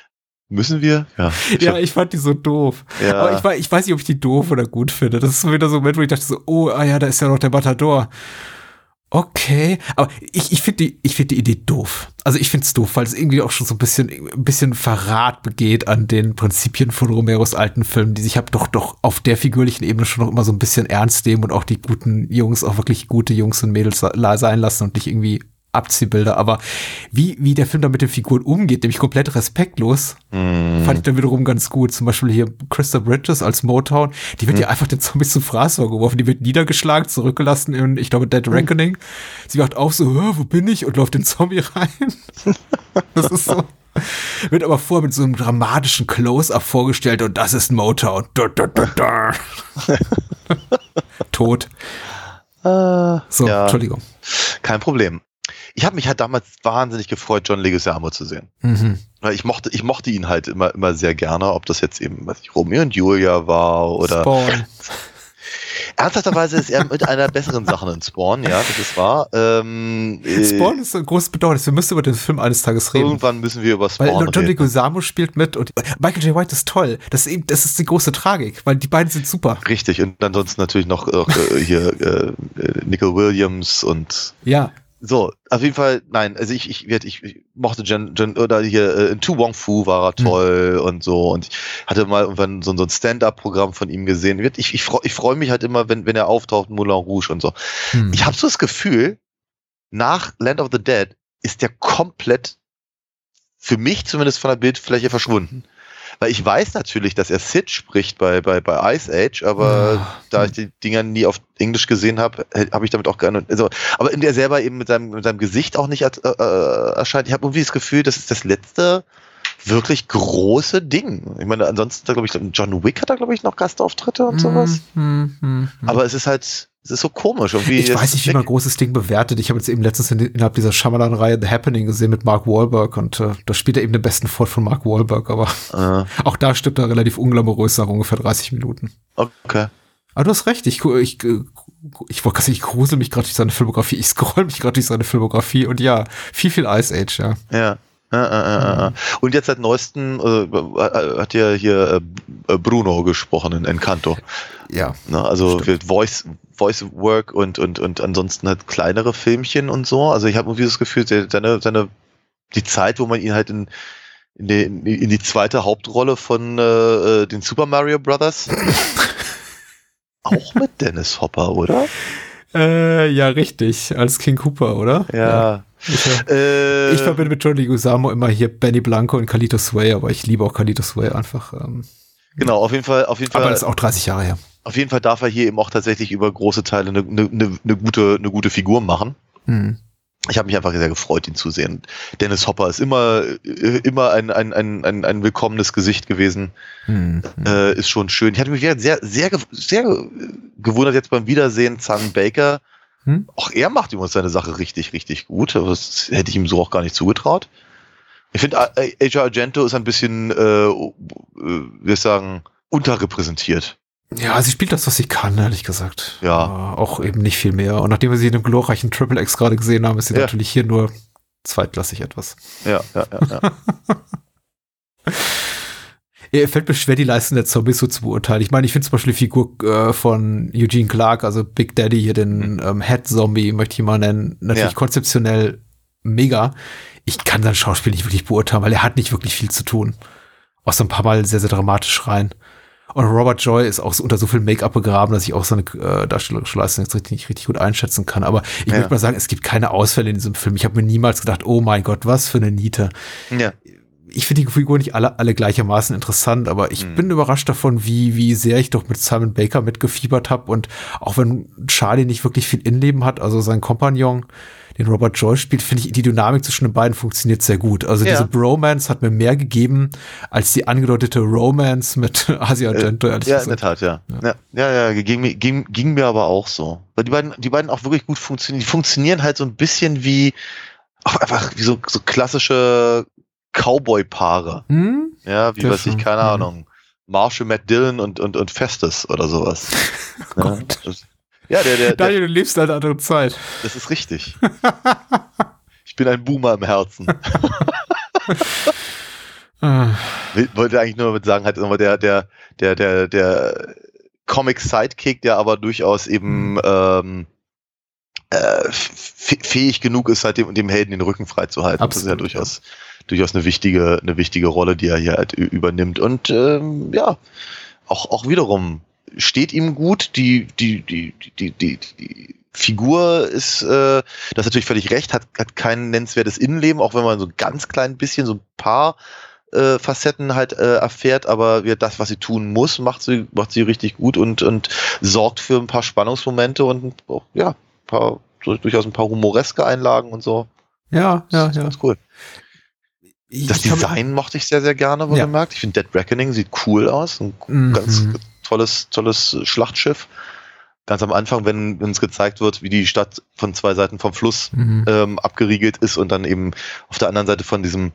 Müssen wir? Ja. Ja, ich fand die so doof. Ja. Aber ich weiß nicht, ob ich die doof oder gut finde. Das ist so wieder so ein Moment, wo ich dachte so, oh, ja, da ist ja noch der Matador. Okay, aber ich finde die Idee doof. Also ich finde es doof, weil es irgendwie auch schon so ein bisschen Verrat begeht an den Prinzipien von Romeros alten Filmen, die sich doch auf der figürlichen Ebene schon noch immer so ein bisschen ernst nehmen und auch die guten Jungs auch wirklich gute Jungs und Mädels sein lassen und nicht irgendwie Abziehbilder, aber wie der Film da mit den Figuren umgeht, nämlich komplett respektlos, fand ich dann wiederum ganz gut. Zum Beispiel hier Krista Bridges als Motown, die wird ja einfach den Zombies zum Fraß vorgeworfen, die wird niedergeschlagen, zurückgelassen in, ich glaube, Dead Reckoning. Sie wacht auf so, wo bin ich? Und läuft den Zombie rein. Das ist so. Wird aber vorher mit so einem dramatischen Close-Up vorgestellt und das ist Motown. Tot. So, ja. Entschuldigung. Kein Problem. Ich habe mich halt damals wahnsinnig gefreut, John Leguizamo zu sehen. Weil ich mochte ihn halt immer sehr gerne, ob das jetzt eben, weiß ich, Romeo und Julia war oder Spawn. Ernsthafterweise ist er mit einer besseren Sache in Spawn, ja, das ist wahr. Spawn ist ein großes Bedauernis. Wir müssen über den Film eines Tages reden. Irgendwann müssen wir über Spawn reden. Weil John Leguizamo spielt mit und Michael J. White ist toll. Das ist die große Tragik, weil die beiden sind super. Richtig, und ansonsten natürlich noch hier Nicole Williams und ja. So, auf jeden Fall, nein, also ich mochte Jen oder hier in Tu Wong Fu war er toll und so, und ich hatte mal irgendwann so ein Stand-Up-Programm von ihm gesehen. Ich freue mich halt immer, wenn er auftaucht, Moulin Rouge und so. Ich habe so das Gefühl, nach Land of the Dead ist der komplett, für mich zumindest von der Bildfläche, verschwunden. Weil ich weiß natürlich, dass er Sid spricht bei Ice Age, aber da ich die Dinger nie auf Englisch gesehen habe, habe ich damit auch gerne. Also, aber in der selber eben mit seinem Gesicht auch nicht erscheint. Ich habe irgendwie das Gefühl, das ist das letzte wirklich große Ding. Ich meine, ansonsten, glaube ich, John Wick hat da, glaube ich, noch Gastauftritte und sowas. Aber es ist so komisch. Irgendwie ich weiß nicht, wie man großes Ding bewertet. Ich habe jetzt eben letztens innerhalb dieser Shyamalan-Reihe The Happening gesehen mit Mark Wahlberg und da spielt er eben den besten Ford von Mark Wahlberg, aber auch da stirbt er relativ unglamourös nach ungefähr 30 Minuten. Okay. Aber du hast recht, ich wollte gerade sagen, ich grusel mich gerade durch seine Filmografie, ich scroll mich gerade durch seine Filmografie und ja, viel Ice Age, ja. Ja. Und jetzt seit neuestem hat ja hier Bruno gesprochen in Encanto. Ja. Na, also wird Voice Work und ansonsten halt kleinere Filmchen und so. Also ich habe irgendwie das Gefühl, die Zeit, wo man ihn halt in die zweite Hauptrolle von den Super Mario Brothers auch mit Dennis Hopper, oder? Ja, richtig, als King Cooper, oder? Ja. Ich verbinde mit John Leguizamo immer hier Benny Blanco und Carlito Way, aber ich liebe auch Carlito Way einfach. Genau, auf jeden Fall. Aber das ist auch 30 Jahre her. Auf jeden Fall darf er hier eben auch tatsächlich über große Teile eine gute Figur machen. Ich habe mich einfach sehr gefreut, ihn zu sehen. Dennis Hopper ist immer ein willkommenes Gesicht gewesen. Ist schon schön. Ich hatte mich sehr, sehr, sehr gewundert jetzt beim Wiedersehen Zahn Baker. Auch er macht übrigens seine Sache richtig, richtig gut. Aber das hätte ich ihm so auch gar nicht zugetraut. Ich finde, Asia Argento ist ein bisschen, wie ich sagen, unterrepräsentiert. Ja, sie spielt das, was sie kann, ehrlich gesagt. Ja. Auch eben nicht viel mehr. Und nachdem wir sie in dem glorreichen Triple X gerade gesehen haben, ist sie natürlich hier nur zweitklassig etwas. Ja. Fällt mir schwer, die Leisten der Zombies so zu beurteilen. Ich meine, ich finde zum Beispiel die Figur von Eugene Clark, also Big Daddy, hier den Head-Zombie, möchte ich mal nennen, natürlich konzeptionell mega. Ich kann sein Schauspiel nicht wirklich beurteilen, weil er hat nicht wirklich viel zu tun. Außer ein paar Mal sehr, sehr dramatisch rein. Und Robert Joy ist auch so unter so viel Make-up begraben, dass ich auch seine darstellerische Leistung jetzt nicht richtig gut einschätzen kann. Aber ich möchte mal sagen, es gibt keine Ausfälle in diesem Film. Ich habe mir niemals gedacht, oh mein Gott, was für eine Niete. Ja. Ich finde die Figuren nicht alle gleichermaßen interessant, aber ich bin überrascht davon, wie sehr ich doch mit Simon Baker mitgefiebert habe. Und auch wenn Charlie nicht wirklich viel Innenleben hat, also sein Kompagnon, den Robert Joy spielt, finde ich, die Dynamik zwischen den beiden funktioniert sehr gut. Also diese Bromance hat mir mehr gegeben als die angedeutete Romance mit Asia Argento, ehrlich gesagt. Ja, in der Tat, ja. Ging mir aber auch so. Weil die beiden auch wirklich gut funktionieren. Die funktionieren halt so ein bisschen wie so klassische Cowboy-Paare. Ja, wie weiß ich, keine Ahnung. Marshall, Matt Dillon und Festus oder sowas. Oh Gott. Ja, Daniel, du lebst eine andere Zeit. Das ist richtig. Ich bin ein Boomer im Herzen. wollte eigentlich nur damit sagen, halt nochmal der Comic-Sidekick, der aber durchaus eben fähig genug ist, halt dem Helden den Rücken frei zu halten. Absolut, das ist ja durchaus eine wichtige Rolle, die er hier halt übernimmt. Und auch wiederum steht ihm gut. Die Figur ist, das ist natürlich völlig recht, hat kein nennenswertes Innenleben, auch wenn man so ein ganz klein bisschen, so ein paar Facetten halt erfährt, aber das, was sie tun muss, macht sie richtig gut und sorgt für ein paar Spannungsmomente und durchaus ein paar humoreske Einlagen und so. Ja. Ganz cool. Das Design mochte ich sehr, sehr gerne, wohlgemerkt. Ich finde Dead Reckoning sieht cool aus. Ein ganz tolles Schlachtschiff. Ganz am Anfang, wenn uns gezeigt wird, wie die Stadt von zwei Seiten vom Fluss abgeriegelt ist und dann eben auf der anderen Seite von diesem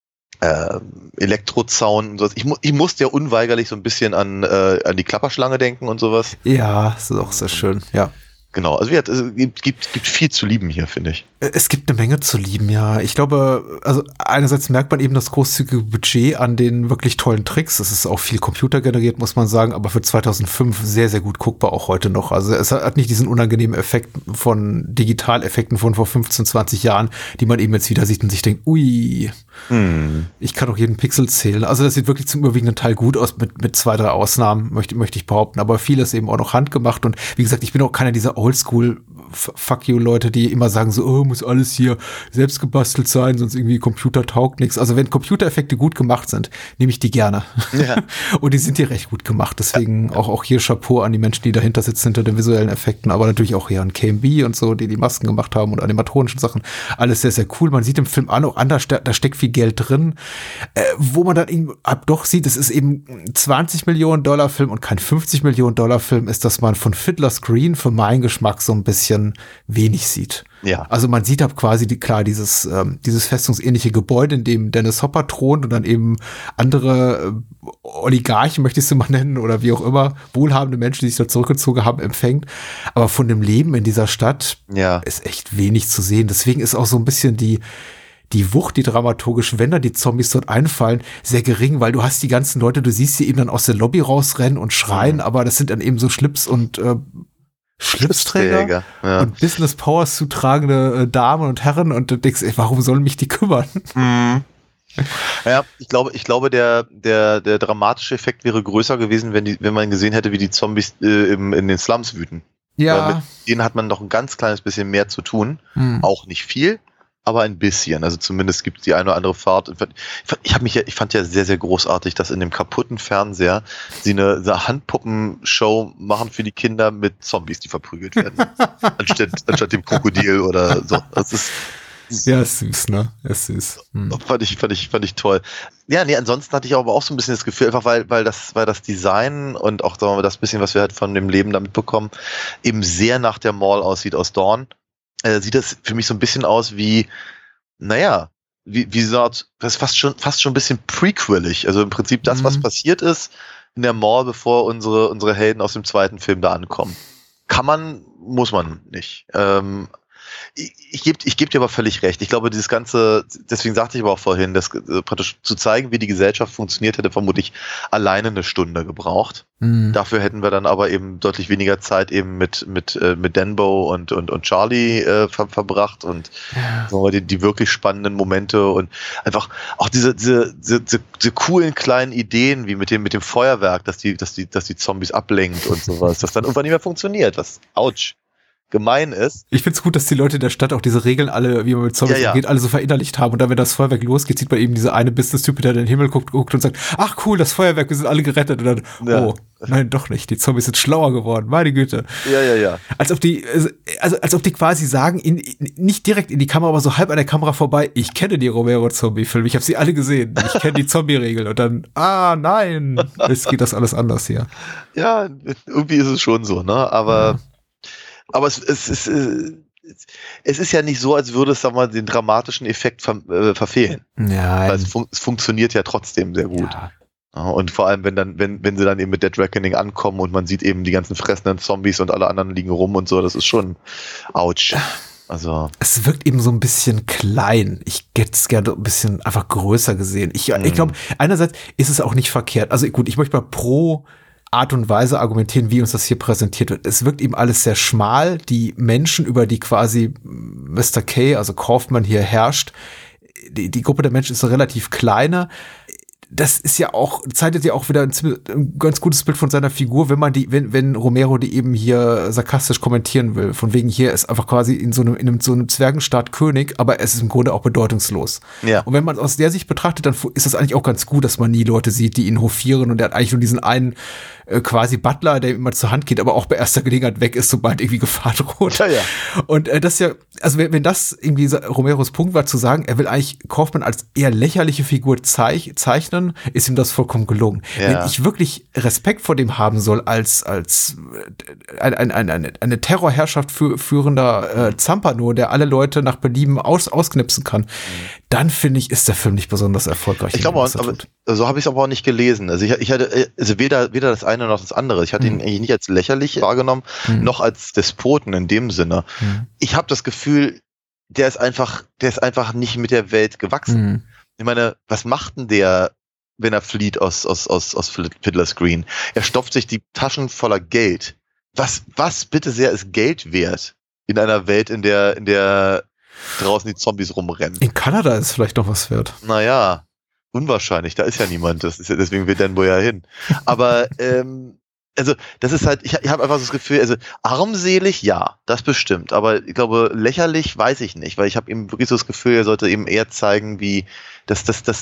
Elektrozaun und sowas. Ich musste ja unweigerlich so ein bisschen an die Klapperschlange denken und sowas. Ja, das ist auch sehr schön, ja. Genau, also es gibt viel zu lieben hier, finde ich. Es gibt eine Menge zu lieben, ja. Ich glaube, also einerseits merkt man eben das großzügige Budget an den wirklich tollen Tricks. Es ist auch viel computergeneriert, muss man sagen, aber für 2005 sehr, sehr gut guckbar auch heute noch. Also es hat nicht diesen unangenehmen Effekt von Digitaleffekten von vor 15, 20 Jahren, die man eben jetzt wieder sieht und sich denkt, ui, ich kann auch jeden Pixel zählen. Also das sieht wirklich zum überwiegenden Teil gut aus, mit 2, 3 Ausnahmen, möchte ich behaupten. Aber vieles eben auch noch handgemacht. Und wie gesagt, ich bin auch keiner dieser Oldschool Fuck you Leute, die immer sagen so, oh, muss alles hier selbst gebastelt sein, sonst irgendwie Computer taugt nichts. Also wenn Computereffekte gut gemacht sind, nehme ich die gerne. Ja. Und die sind hier recht gut gemacht. Deswegen auch hier Chapeau an die Menschen, die dahinter sitzen, hinter den visuellen Effekten, aber natürlich auch hier an KMB und so, die Masken gemacht haben und animatronischen Sachen. Alles sehr, sehr cool. Man sieht im Film auch da steckt viel Geld drin, wo man dann eben doch sieht, es ist eben ein $20 Millionen Film und kein $50 Millionen Film, ist, dass man von Fiddler's Green für meinen Geschmack so ein bisschen wenig sieht. Ja. Also man sieht quasi dieses festungsähnliche Gebäude, in dem Dennis Hopper thront und dann eben andere Oligarchen, möchte ich es mal nennen, oder wie auch immer, wohlhabende Menschen, die sich da zurückgezogen haben, empfängt. Aber von dem Leben in dieser Stadt ist echt wenig zu sehen. Deswegen ist auch so ein bisschen die Wucht, die dramaturgisch, wenn dann die Zombies dort einfallen, sehr gering, weil du hast die ganzen Leute, du siehst sie eben dann aus der Lobby rausrennen und schreien, aber das sind dann eben so Schlips und Schlipsträger und Business Powers zu tragende Damen und Herren und du denkst, warum sollen mich die kümmern? Ja, ich glaube, der dramatische Effekt wäre größer gewesen, wenn man gesehen hätte, wie die Zombies in den Slums wüten. Ja. Weil mit denen hat man noch ein ganz kleines bisschen mehr zu tun. Auch nicht viel, aber ein bisschen. Also zumindest gibt es die eine oder andere Fahrt. Ich fand ja sehr, sehr großartig, dass in dem kaputten Fernseher sie eine Handpuppenshow machen für die Kinder mit Zombies, die verprügelt werden. anstatt dem Krokodil oder so. Das ist ja, ist süß, ne? Ist süß. Fand ich toll. Ja, nee, ansonsten hatte ich aber auch so ein bisschen das Gefühl, einfach weil das Design und auch sagen wir mal, das bisschen, was wir halt von dem Leben da mitbekommen, eben sehr nach der Mall aussieht aus Dawn. Sieht das für mich so ein bisschen aus wie, wie so das ist fast schon ein bisschen prequelig. Also im Prinzip das, was passiert ist in der Mall, bevor unsere Helden aus dem zweiten Film da ankommen. Kann man, muss man nicht. Ich geb dir aber völlig recht. Ich glaube, dieses Ganze, deswegen sagte ich aber auch vorhin, dass praktisch zu zeigen, wie die Gesellschaft funktioniert, hätte vermutlich alleine eine Stunde gebraucht. Dafür hätten wir dann aber eben deutlich weniger Zeit eben mit Denbo und Charlie verbracht und die wirklich spannenden Momente und einfach auch diese coolen kleinen Ideen wie mit dem Feuerwerk, dass die Zombies ablenkt und sowas, das dann irgendwann nicht mehr funktioniert. Was, ouch. Gemein ist. Ich find's gut, dass die Leute in der Stadt auch diese Regeln alle, wie man mit Zombies umgeht, alle so verinnerlicht haben. Und dann, wenn das Feuerwerk losgeht, sieht man eben diese eine Business-Typ, der in den Himmel guckt und sagt, ach cool, das Feuerwerk, wir sind alle gerettet. Und dann, oh, nein, doch nicht. Die Zombies sind schlauer geworden, meine Güte. Ja. Als ob die quasi sagen, nicht direkt in die Kamera, aber so halb an der Kamera vorbei, ich kenne die Romero-Zombie-Filme, ich habe sie alle gesehen, ich kenne die Zombie-Regeln. Und dann, nein, jetzt geht das alles anders hier. Ja, irgendwie ist es schon so, ne? Aber es ist ja nicht so, als würde es, sag mal, den dramatischen Effekt verfehlen. Ja. Weil es funktioniert ja trotzdem sehr gut. Ja. Und vor allem, wenn sie dann eben mit Dead Reckoning ankommen und man sieht eben die ganzen fressenden Zombies und alle anderen liegen rum und so, das ist schon ouch. Also es wirkt eben so ein bisschen klein. Ich hätte es gerne ein bisschen einfach größer gesehen. Ich glaube, einerseits ist es auch nicht verkehrt. Also gut, ich möchte mal pro Art und Weise argumentieren, wie uns das hier präsentiert wird. Es wirkt eben alles sehr schmal. Die Menschen, über die quasi Mr. K, also Kaufman, hier herrscht, die Gruppe der Menschen ist so relativ kleine. Das ist ja auch, zeichnet ja auch wieder ein ganz gutes Bild von seiner Figur, wenn Romero die eben hier sarkastisch kommentieren will. Von wegen hier ist einfach quasi in so einem Zwergenstaat König, aber es ist im Grunde auch bedeutungslos. Ja. Und wenn man aus der Sicht betrachtet, dann ist das eigentlich auch ganz gut, dass man nie Leute sieht, die ihn hofieren, und er hat eigentlich nur diesen einen quasi Butler, der ihm immer zur Hand geht, aber auch bei erster Gelegenheit weg ist, sobald irgendwie Gefahr droht. Ja. Und das ja, also wenn das irgendwie Romeros Punkt war, zu sagen, er will eigentlich Kaufman als eher lächerliche Figur zeichnen, ist ihm das vollkommen gelungen. Ja. Wenn ich wirklich Respekt vor dem haben soll als eine Terrorherrschaft führender Zampano, der alle Leute nach Belieben ausknipsen kann, dann finde ich, ist der Film nicht besonders erfolgreich. Ich glaube, so habe ich es aber auch nicht gelesen. Also ich hatte weder das eine noch das andere. Ich hatte ihn eigentlich nicht als lächerlich wahrgenommen, noch als Despoten in dem Sinne. Ich habe das Gefühl, der ist einfach nicht mit der Welt gewachsen. Ich meine, was macht denn der, wenn er flieht aus Fiddler's Green? Er stopft sich die Taschen voller Geld. Was bitte sehr ist Geld wert in einer Welt, in der draußen die Zombies rumrennen? In Kanada ist vielleicht noch was wert. Naja, unwahrscheinlich, da ist ja niemand, deswegen will Dan wohl ja hin. Aber also das ist halt, ich habe einfach so das Gefühl, also armselig, ja, das bestimmt, aber ich glaube, lächerlich weiß ich nicht, weil ich habe eben wirklich so das Gefühl, er sollte eben eher zeigen, wie der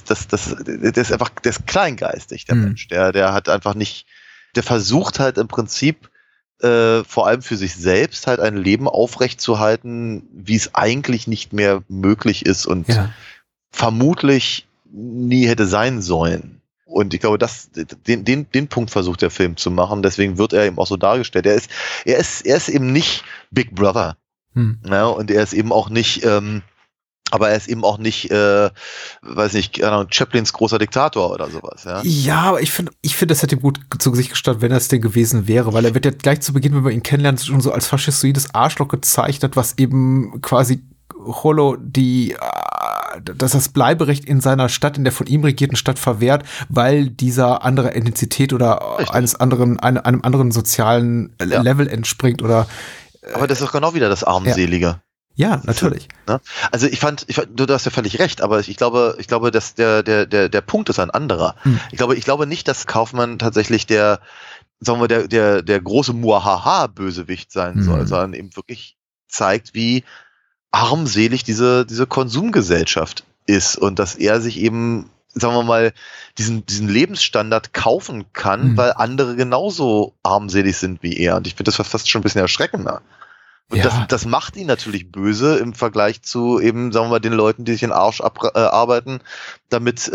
ist kleingeistig, der Mensch, der hat einfach nicht, der versucht halt im Prinzip vor allem für sich selbst halt ein Leben aufrechtzuerhalten, wie es eigentlich nicht mehr möglich ist und vermutlich nie hätte sein sollen. Und ich glaube, den Punkt versucht der Film zu machen, deswegen wird er eben auch so dargestellt. Er ist eben nicht Big Brother. Ja, und er ist eben auch nicht, aber er ist eben auch nicht, weiß nicht, Chaplins großer Diktator oder sowas. Ja, aber ich finde, das hätte ihm gut zu Gesicht gestanden, wenn er es denn gewesen wäre, weil er wird ja gleich zu Beginn, wenn wir ihn kennenlernen, schon so als faschistoides Arschloch gezeichnet, was eben quasi Cholo dass das Bleiberecht in seiner Stadt, in der von ihm regierten Stadt verwehrt, weil dieser andere Ethnizität oder einem anderen sozialen Level entspringt oder. Aber das ist doch genau wieder das Armselige. Ja, natürlich. Ne? Also ich fand, du hast ja völlig recht, aber ich glaube, dass der Punkt ist ein anderer. Ich glaube nicht, dass Kaufman tatsächlich der große Muahaha-Bösewicht sein soll, sondern eben wirklich zeigt, wie armselig diese Konsumgesellschaft ist und dass er sich eben, sagen wir mal, diesen Lebensstandard kaufen kann, weil andere genauso armselig sind wie er. Und ich finde das fast schon ein bisschen erschreckender. Und das macht ihn natürlich böse im Vergleich zu eben, sagen wir mal, den Leuten, die sich den Arsch arbeiten, damit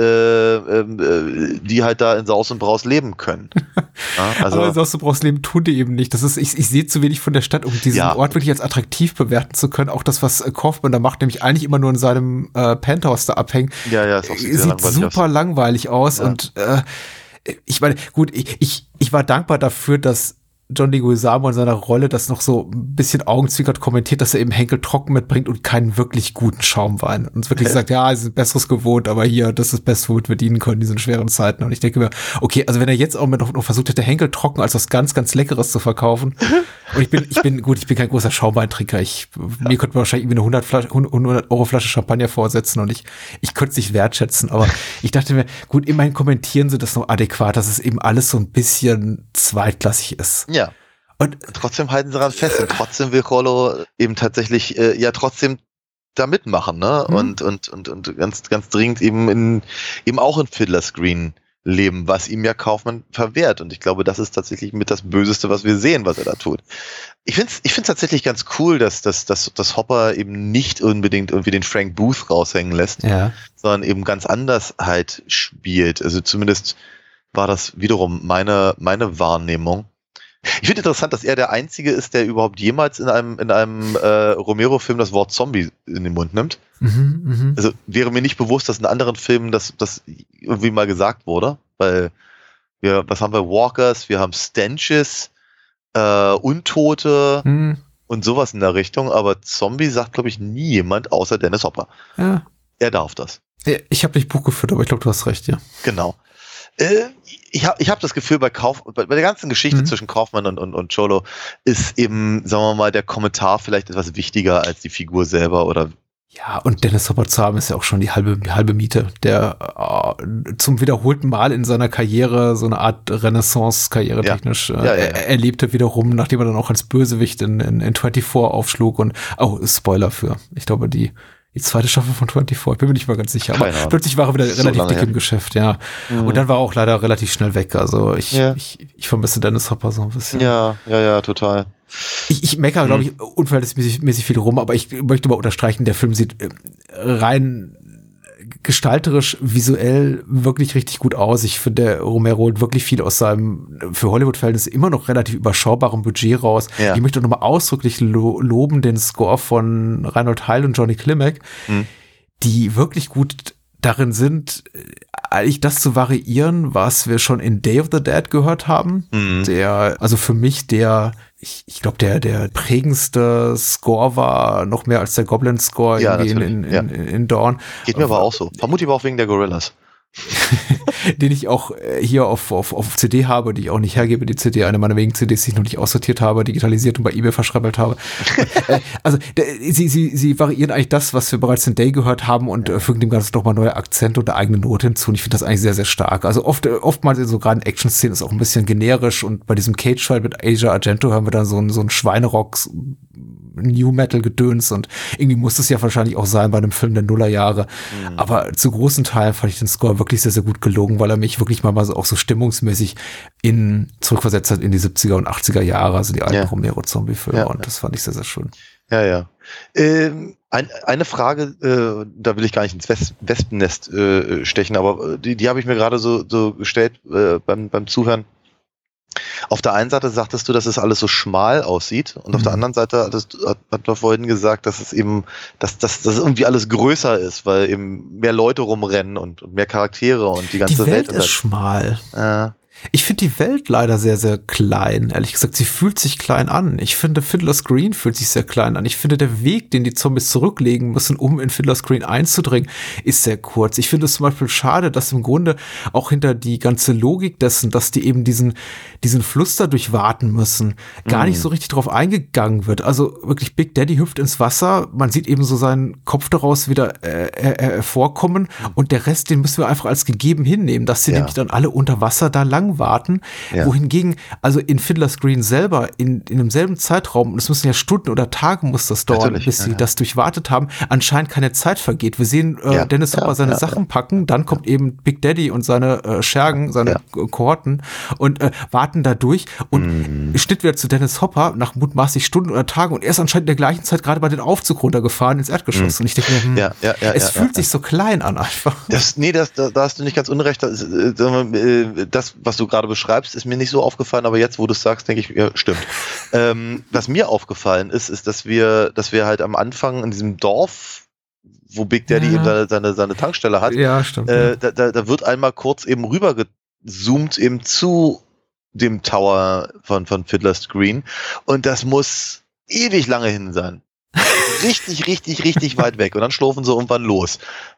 die halt da in Saus und Braus leben können. Aber in Saus und Braus leben tun die eben nicht. Das ist, ich sehe zu wenig von der Stadt, um diesen Ort wirklich als attraktiv bewerten zu können. Auch das, was Kaufman da macht, nämlich eigentlich immer nur in seinem Penthouse da abhängen. Ist auch sieht super langweilig aus. Und ich meine, gut, ich war dankbar dafür, dass John Leguizamo in seiner Rolle das noch so ein bisschen augenzwinkert kommentiert, dass er eben Henkel Trocken mitbringt und keinen wirklich guten Schaumwein. Und wirklich sagt, ja, es ist Besseres gewohnt, aber hier, das ist das Beste, womit wir dienen können in diesen schweren Zeiten. Und ich denke mir, okay, also wenn er jetzt auch noch versucht hätte, Henkel Trocken als was ganz, ganz Leckeres zu verkaufen. Und ich bin kein großer Schaumweintrinker. Mir könnte man wahrscheinlich irgendwie eine 100 Euro Flasche Champagner vorsetzen und ich könnte es nicht wertschätzen. Aber ich dachte mir, gut, immerhin kommentieren sie das noch adäquat, dass es eben alles so ein bisschen zweitklassig ist. Ja. Und trotzdem halten sie daran fest und trotzdem will Cholo eben tatsächlich trotzdem da mitmachen, ne? Und ganz, ganz dringend eben auch in Fiddler's Green leben, was ihm ja Kaufman verwehrt. Und ich glaube, das ist tatsächlich mit das Böseste, was wir sehen, was er da tut. Ich find's tatsächlich ganz cool, dass Hopper eben nicht unbedingt irgendwie den Frank Booth raushängen lässt, sondern eben ganz anders halt spielt. Also zumindest war das wiederum meine Wahrnehmung. Ich finde interessant, dass er der Einzige ist, der überhaupt jemals in einem Romero-Film das Wort Zombie in den Mund nimmt. Also wäre mir nicht bewusst, dass in anderen Filmen das irgendwie mal gesagt wurde, weil was haben wir? Walkers, wir haben Stenches, Untote und sowas in der Richtung, aber Zombie sagt, glaube ich, nie jemand außer Dennis Hopper. Ja. Er darf das. Ich habe nicht Buch geführt, aber ich glaube, du hast recht, ja. Genau. Ich hab das Gefühl, bei der ganzen Geschichte zwischen Kaufman und Cholo ist eben, sagen wir mal, der Kommentar vielleicht etwas wichtiger als die Figur selber oder. Ja, und Dennis Hopper zu haben ist ja auch schon die halbe Miete, der zum wiederholten Mal in seiner Karriere so eine Art Renaissance-Karriere technisch erlebte wiederum, nachdem er dann auch als Bösewicht in 24 aufschlug und, Spoiler für, ich glaube, die zweite Staffel von 24, ich bin mir nicht mal ganz sicher, aber plötzlich war er wieder relativ dick im Geschäft, ja. Und dann war er auch leider relativ schnell weg, also ich vermisse Dennis Hopper so ein bisschen. Ja, total. Ich meckere, glaube ich, unverhältnismäßig viel rum, aber ich möchte mal unterstreichen, der Film sieht rein gestalterisch, visuell wirklich richtig gut aus. Ich finde, der Romero holt wirklich viel aus seinem für Hollywood-Verhältnisse immer noch relativ überschaubarem Budget raus. Ja. Ich möchte nochmal ausdrücklich loben den Score von Reinhold Heil und Johnny Klimek, die wirklich gut darin sind, eigentlich das zu variieren, was wir schon in Day of the Dead gehört haben. Also für mich ich glaube, der prägendste Score war noch mehr als der Goblin-Score in Dawn. Geht mir aber auch so. Vermutlich aber auch wegen der Gorillas. Den ich auch hier auf CD habe, die ich auch nicht hergebe, die CD, eine meiner wenigen CDs, die ich noch nicht aussortiert habe, digitalisiert und bei eBay verschreibelt habe. Also sie variieren eigentlich das, was wir bereits in Day gehört haben und fügen dem Ganzen nochmal neue Akzente und eine eigene Note hinzu und ich finde das eigentlich sehr, sehr stark. Also oftmals in so gerade Action-Szenen ist auch ein bisschen generisch und bei diesem Cage-Fight mit Asia Argento hören wir dann so einen Schweinerock New Metal Gedöns und irgendwie muss es ja wahrscheinlich auch sein bei einem Film der Nullerjahre. Aber zu großen Teilen fand ich den Score wirklich sehr, sehr gut gelungen, weil er mich wirklich mal so auch so stimmungsmäßig zurückversetzt hat in die 70er und 80er Jahre, also die alten Romero-Zombie-Filme und das fand ich sehr, sehr schön. Ja. Eine Frage, da will ich gar nicht ins Wespennest stechen, aber die habe ich mir gerade so gestellt beim Zuhören. Auf der einen Seite sagtest du, dass es alles so schmal aussieht und auf der anderen Seite hat man vorhin gesagt, dass es eben, dass irgendwie alles größer ist, weil eben mehr Leute rumrennen und mehr Charaktere und die ganze Welt ist schmal. Ich finde die Welt leider sehr, sehr klein. Ehrlich gesagt, sie fühlt sich klein an. Ich finde, Fiddler's Green fühlt sich sehr klein an. Ich finde, der Weg, den die Zombies zurücklegen müssen, um in Fiddler's Green einzudringen, ist sehr kurz. Ich finde es zum Beispiel schade, dass im Grunde auch hinter die ganze Logik dessen, dass die eben diesen Fluss da durchwaten müssen, gar nicht so richtig drauf eingegangen wird. Also wirklich, Big Daddy hüpft ins Wasser, man sieht eben so seinen Kopf daraus wieder hervorkommen und der Rest, den müssen wir einfach als gegeben hinnehmen, dass sie nämlich dann alle unter Wasser da lang warten, wohingegen, also in Fiddler's Green selber, in demselben Zeitraum, und es müssen ja Stunden oder Tage muss das dauern, bis sie das durchwartet haben, anscheinend keine Zeit vergeht. Wir sehen Dennis Hopper seine Sachen packen, dann kommt eben Big Daddy und seine Schergen, seine Kohorten und warten da durch und Schnitt wieder zu Dennis Hopper nach mutmaßlich Stunden oder Tagen und er ist anscheinend in der gleichen Zeit gerade bei den Aufzug runtergefahren ins Erdgeschoss und ich denke mir, es fühlt sich so klein an einfach. Da hast du nicht ganz unrecht. Das, was du gerade beschreibst, ist mir nicht so aufgefallen, aber jetzt, wo du es sagst, denke ich, ja, stimmt. Was mir aufgefallen ist, dass wir halt am Anfang in diesem Dorf, wo Big Daddy eben seine Tankstelle hat, stimmt, da wird einmal kurz eben rübergezoomt eben zu dem Tower von Fiddler's Green und das muss ewig lange hin sein. Richtig, richtig, richtig weit weg und dann schlurfen sie irgendwann los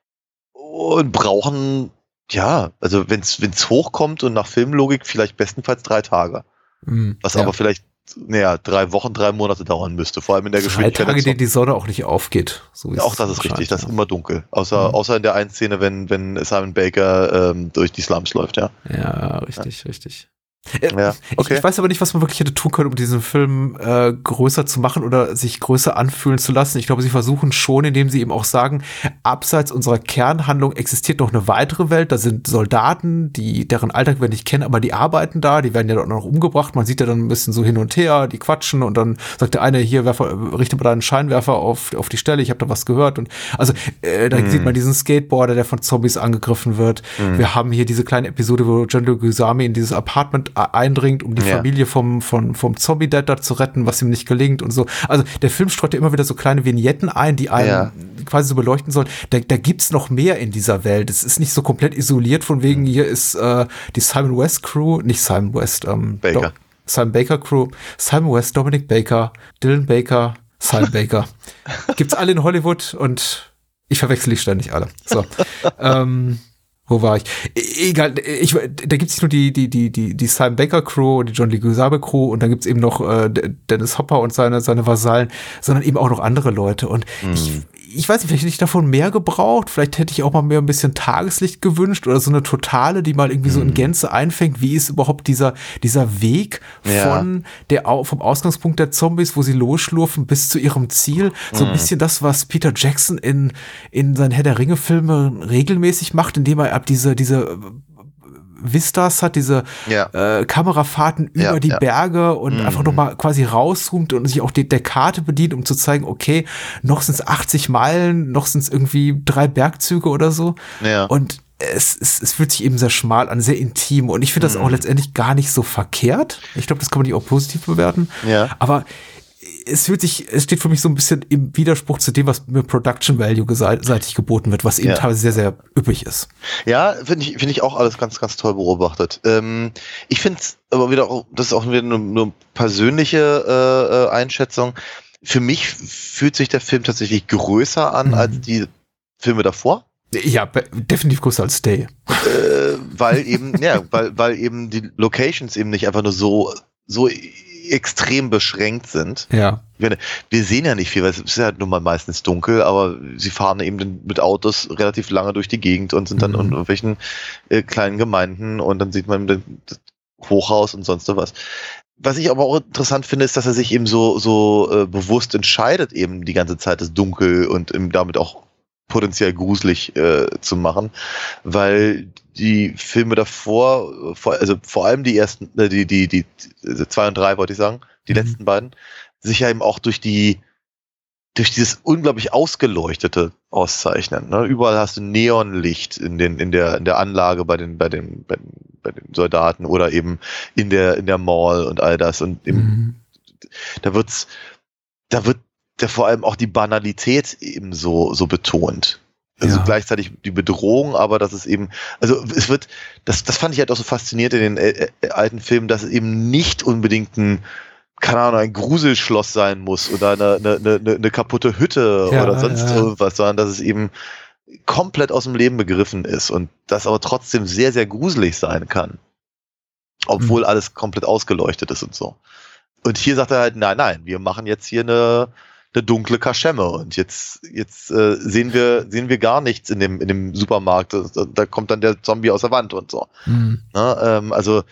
und brauchen also wenn es hochkommt und nach Filmlogik vielleicht bestenfalls 3 Tage. Was aber vielleicht 3 Wochen, 3 Monate dauern müsste, vor allem in der Geschwindigkeit. 3 Tage, denen die Sonne auch nicht aufgeht. So auch das ist richtig, das ist immer dunkel. Außer in der einen Szene, wenn Simon Baker durch die Slums läuft, Ja, richtig. Ich weiß aber nicht, was man wirklich hätte tun können, um diesen Film größer zu machen oder sich größer anfühlen zu lassen. Ich glaube, sie versuchen schon, indem sie eben auch sagen, abseits unserer Kernhandlung existiert noch eine weitere Welt. Da sind Soldaten, deren Alltag wir nicht kennen, aber die arbeiten da, die werden ja auch noch umgebracht. Man sieht ja dann ein bisschen so hin und her, die quatschen und dann sagt der eine, hier, richte mal deinen Scheinwerfer auf die Stelle, ich habe da was gehört. Und also da sieht man diesen Skateboarder, der von Zombies angegriffen wird. Wir haben hier diese kleine Episode, wo John Leguizamo in dieses Apartment eindringt, um die Familie vom Zombie-Dad da zu retten, was ihm nicht gelingt und so. Also der Film streut ja immer wieder so kleine Vignetten ein, die einen quasi so beleuchten sollen. Da gibt's noch mehr in dieser Welt. Es ist nicht so komplett isoliert, von wegen hier ist die Simon West Crew, nicht Simon West, Baker. Simon Baker Crew, Simon West, Dominic Baker, Dylan Baker, Simon Baker. Gibt's alle in Hollywood und ich verwechsel die ständig alle. So. Wo war ich? Egal, da gibt's nicht nur die Simon Baker Crew und die John Leguizamo Crew und dann gibt's eben noch Dennis Hopper und seine Vasallen, sondern eben auch noch andere Leute. Und ich weiß nicht, vielleicht hätte ich davon mehr gebraucht, vielleicht hätte ich auch mal mehr ein bisschen Tageslicht gewünscht oder so eine Totale, die mal irgendwie so in Gänze einfängt. Wie ist überhaupt dieser Weg vom Ausgangspunkt der Zombies, wo sie losschlurfen, bis zu ihrem Ziel? So ein bisschen das, was Peter Jackson in seinen Herr der Ringe-Filmen regelmäßig macht, indem er ab diese Vistas hat, diese Kamerafahrten über die Berge und einfach nochmal quasi rauszoomt und sich auch der Karte bedient, um zu zeigen, okay, noch sind es 80 Meilen, noch sind es irgendwie 3 Bergzüge oder so. Ja. Und es fühlt sich eben sehr schmal an, sehr intim und ich finde das auch letztendlich gar nicht so verkehrt. Ich glaube, das kann man nicht auch positiv bewerten. Ja. Aber es steht für mich so ein bisschen im Widerspruch zu dem, was mit Production Value seitig geboten wird, was eben teilweise sehr, sehr üppig ist. Ja, finde ich auch alles ganz, ganz toll beobachtet. Ich finde es aber wieder auch, das ist auch wieder eine persönliche Einschätzung. Für mich fühlt sich der Film tatsächlich größer an als die Filme davor. Ja, definitiv größer als Stay. Weil eben die Locations eben nicht einfach nur so extrem beschränkt sind. Ja. Wir sehen ja nicht viel, weil es ist ja nun mal meistens dunkel, aber sie fahren eben mit Autos relativ lange durch die Gegend und sind dann in irgendwelchen kleinen Gemeinden und dann sieht man das Hochhaus und sonst was. Was ich aber auch interessant finde, ist, dass er sich eben so bewusst entscheidet, eben die ganze Zeit das Dunkel und damit auch potenziell gruselig zu machen, weil die Filme davor, also vor allem die ersten, die 2 und 3 wollte ich sagen, die letzten beiden, sich ja eben auch durch dieses unglaublich Ausgeleuchtete auszeichnen. Ne? Überall hast du Neonlicht in der Anlage bei den Soldaten oder eben in der Mall und all das. Und da wird vor allem auch die Banalität eben so betont. Also gleichzeitig die Bedrohung, aber das ist eben, also es wird, das fand ich halt auch so faszinierend in den alten Filmen, dass es eben nicht unbedingt ein Gruselschloss sein muss oder eine kaputte Hütte oder sonst irgendwas, sondern dass es eben komplett aus dem Leben begriffen ist und das aber trotzdem sehr, sehr gruselig sein kann. Obwohl alles komplett ausgeleuchtet ist und so. Und hier sagt er halt, nein, wir machen jetzt hier eine dunkle Kaschemme und jetzt sehen wir gar nichts in dem Supermarkt. Da kommt dann der Zombie aus der Wand und so. Also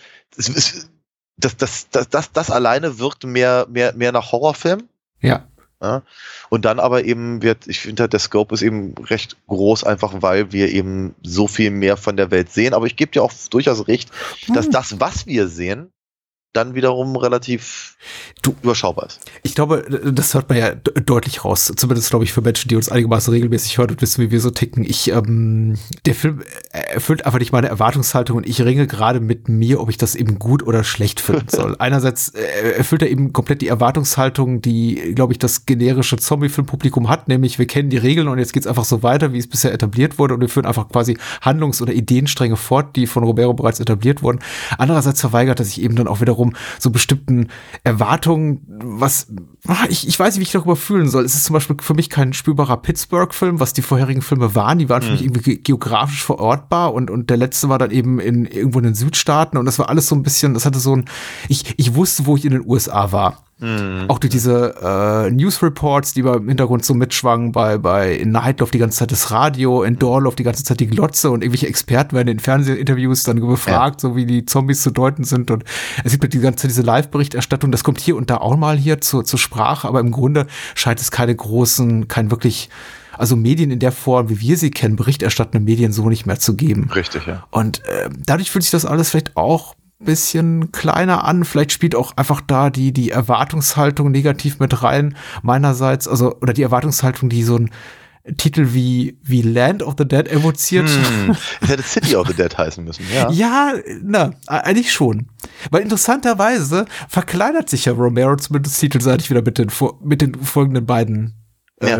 das alleine wirkt mehr nach Horrorfilm. Ja. Und dann aber eben ich finde halt, der Scope ist eben recht groß, einfach weil wir eben so viel mehr von der Welt sehen. Aber ich gebe dir auch durchaus recht, dass das, was wir sehen, dann wiederum relativ überschaubar ist. Ich glaube, das hört man ja deutlich raus. Zumindest, glaube ich, für Menschen, die uns einigermaßen regelmäßig hören und wissen, wie wir so ticken. Der Film erfüllt einfach nicht meine Erwartungshaltung und ich ringe gerade mit mir, ob ich das eben gut oder schlecht finden soll. Einerseits erfüllt er eben komplett die Erwartungshaltung, die, glaube ich, das generische Zombie-Film-Publikum hat, nämlich wir kennen die Regeln und jetzt geht's einfach so weiter, wie es bisher etabliert wurde und wir führen einfach quasi Handlungs- oder Ideenstränge fort, die von Romero bereits etabliert wurden. Andererseits verweigert er sich eben dann auch wiederum so bestimmten Erwartungen, ich weiß nicht, wie ich darüber fühlen soll. Es ist zum Beispiel für mich kein spürbarer Pittsburgh-Film, was die vorherigen Filme waren. Die waren für mich irgendwie geografisch verortbar und der letzte war dann eben irgendwo in den Südstaaten und das war alles so ein bisschen, das hatte so ein, ich wusste, wo ich in den USA war. Auch durch diese News Reports, die im Hintergrund so mitschwangen, in Night läuft die ganze Zeit das Radio, in Door läuft die ganze Zeit die Glotze und irgendwelche Experten werden in Fernsehinterviews dann befragt, so wie die Zombies zu deuten sind und es gibt die ganze Zeit diese Live-Berichterstattung, das kommt hier und da auch mal hier zur Sprache, aber im Grunde scheint es also Medien in der Form, wie wir sie kennen, berichterstattende Medien so nicht mehr zu geben. Richtig, ja. Und dadurch fühlt sich das alles vielleicht auch bisschen kleiner an, vielleicht spielt auch einfach da die Erwartungshaltung negativ mit rein, meinerseits, also, oder die Erwartungshaltung, die so ein Titel wie Land of the Dead evoziert. Es hätte City of the Dead heißen müssen, ja. Ja, eigentlich schon. Weil interessanterweise verkleinert sich ja Romero zumindest titelseitig wieder mit den folgenden beiden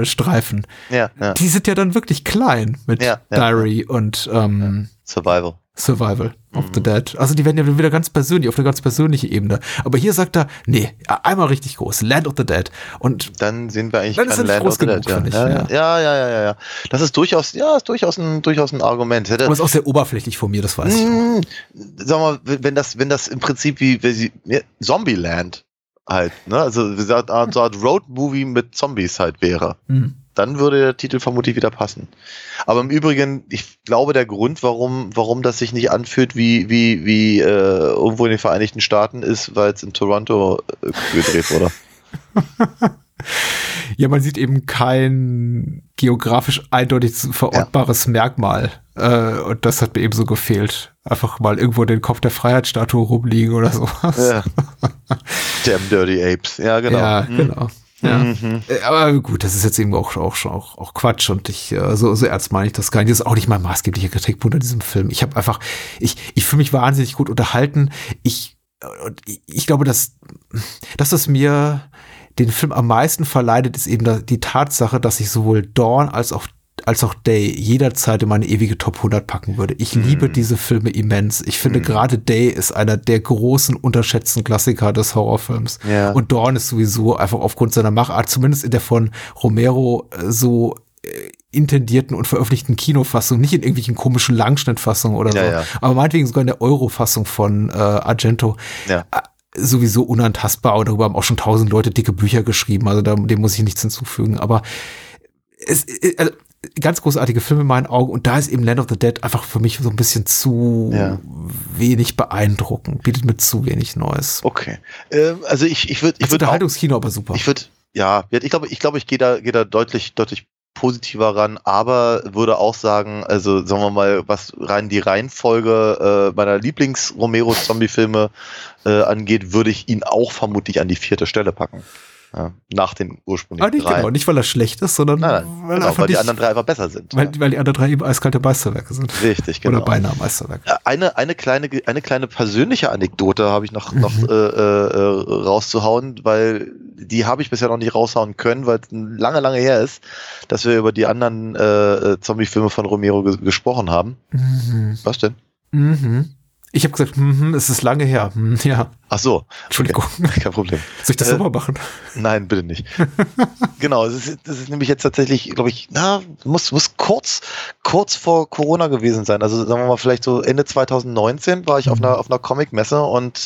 Streifen. Ja. Die sind ja dann wirklich klein mit Diary und Survival. Survival of the Dead. Also die werden ja wieder ganz persönlich, auf eine ganz persönliche Ebene. Aber hier sagt er, nee, einmal richtig groß, Land of the Dead. Und dann sehen wir eigentlich kein Land of the Dead. Ja. Das ist durchaus ein Argument. Aber ist auch sehr oberflächlich von mir, das weiß ich. Sag mal, wenn das im Prinzip wie Zombieland halt, ne? Also wie gesagt, so eine Art Road-Movie mit Zombies halt wäre. Dann würde der Titel vermutlich wieder passen. Aber im Übrigen, ich glaube, der Grund, warum das sich nicht anfühlt wie irgendwo in den Vereinigten Staaten ist, weil es in Toronto gedreht wurde. Ja, man sieht eben kein geografisch eindeutig verortbares Merkmal. Und das hat mir eben so gefehlt. Einfach mal irgendwo den Kopf der Freiheitsstatue rumliegen oder sowas. Ja. Damn Dirty Apes. Ja, genau. Ja, genau. Ja. Aber gut, das ist jetzt eben auch Quatsch und so ernst meine ich das gar nicht. Das ist auch nicht mein maßgeblicher Kritikpunkt an diesem Film. Ich habe einfach, ich fühle mich wahnsinnig gut unterhalten. Ich glaube, dass es mir den Film am meisten verleidet, ist eben die Tatsache, dass ich sowohl Dawn als auch Day jederzeit in meine ewige Top 100 packen würde. Ich liebe diese Filme immens. Ich finde gerade Day ist einer der großen, unterschätzten Klassiker des Horrorfilms. Ja. Und Dawn ist sowieso einfach aufgrund seiner Machart, zumindest in der von Romero so intendierten und veröffentlichten Kinofassung, nicht in irgendwelchen komischen Langschnittfassungen oder so, aber meinetwegen sogar in der Euro-Fassung von Argento. Ja. Sowieso unantastbar, und darüber haben auch schon 1000 Leute dicke Bücher geschrieben, also dem muss ich nichts hinzufügen, aber ganz großartige Filme in meinen Augen, und da ist eben Land of the Dead einfach für mich so ein bisschen zu wenig beeindruckend, bietet mir zu wenig Neues. Okay. Also ich würde Unterhaltungskino aber super. Ich glaube, ich gehe da deutlich positiver ran, aber würde auch sagen, also sagen wir mal, was rein die Reihenfolge meiner Lieblings-Romero-Zombie-Filme angeht, würde ich ihn auch vermutlich an die 4. Stelle packen. Ja, nach den ursprünglichen 3. Genau, nicht weil er schlecht ist, sondern weil die anderen 3 einfach besser sind. Weil die anderen 3 eben eiskalte Meisterwerke sind. Richtig, genau. Oder beinahe Meisterwerke. Eine kleine persönliche Anekdote habe ich noch rauszuhauen, weil die habe ich bisher noch nicht raushauen können, weil es lange her ist, dass wir über die anderen Zombie-Filme von Romero gesprochen haben. Was denn? Ich habe gesagt, es ist lange her. Ja. Ach so. Entschuldigung. Okay. Kein Problem. Soll ich das nochmal machen? Nein, bitte nicht. Genau, das ist nämlich jetzt tatsächlich, glaube ich, muss kurz vor Corona gewesen sein. Also sagen wir mal, vielleicht so Ende 2019 war ich auf einer Comic-Messe, und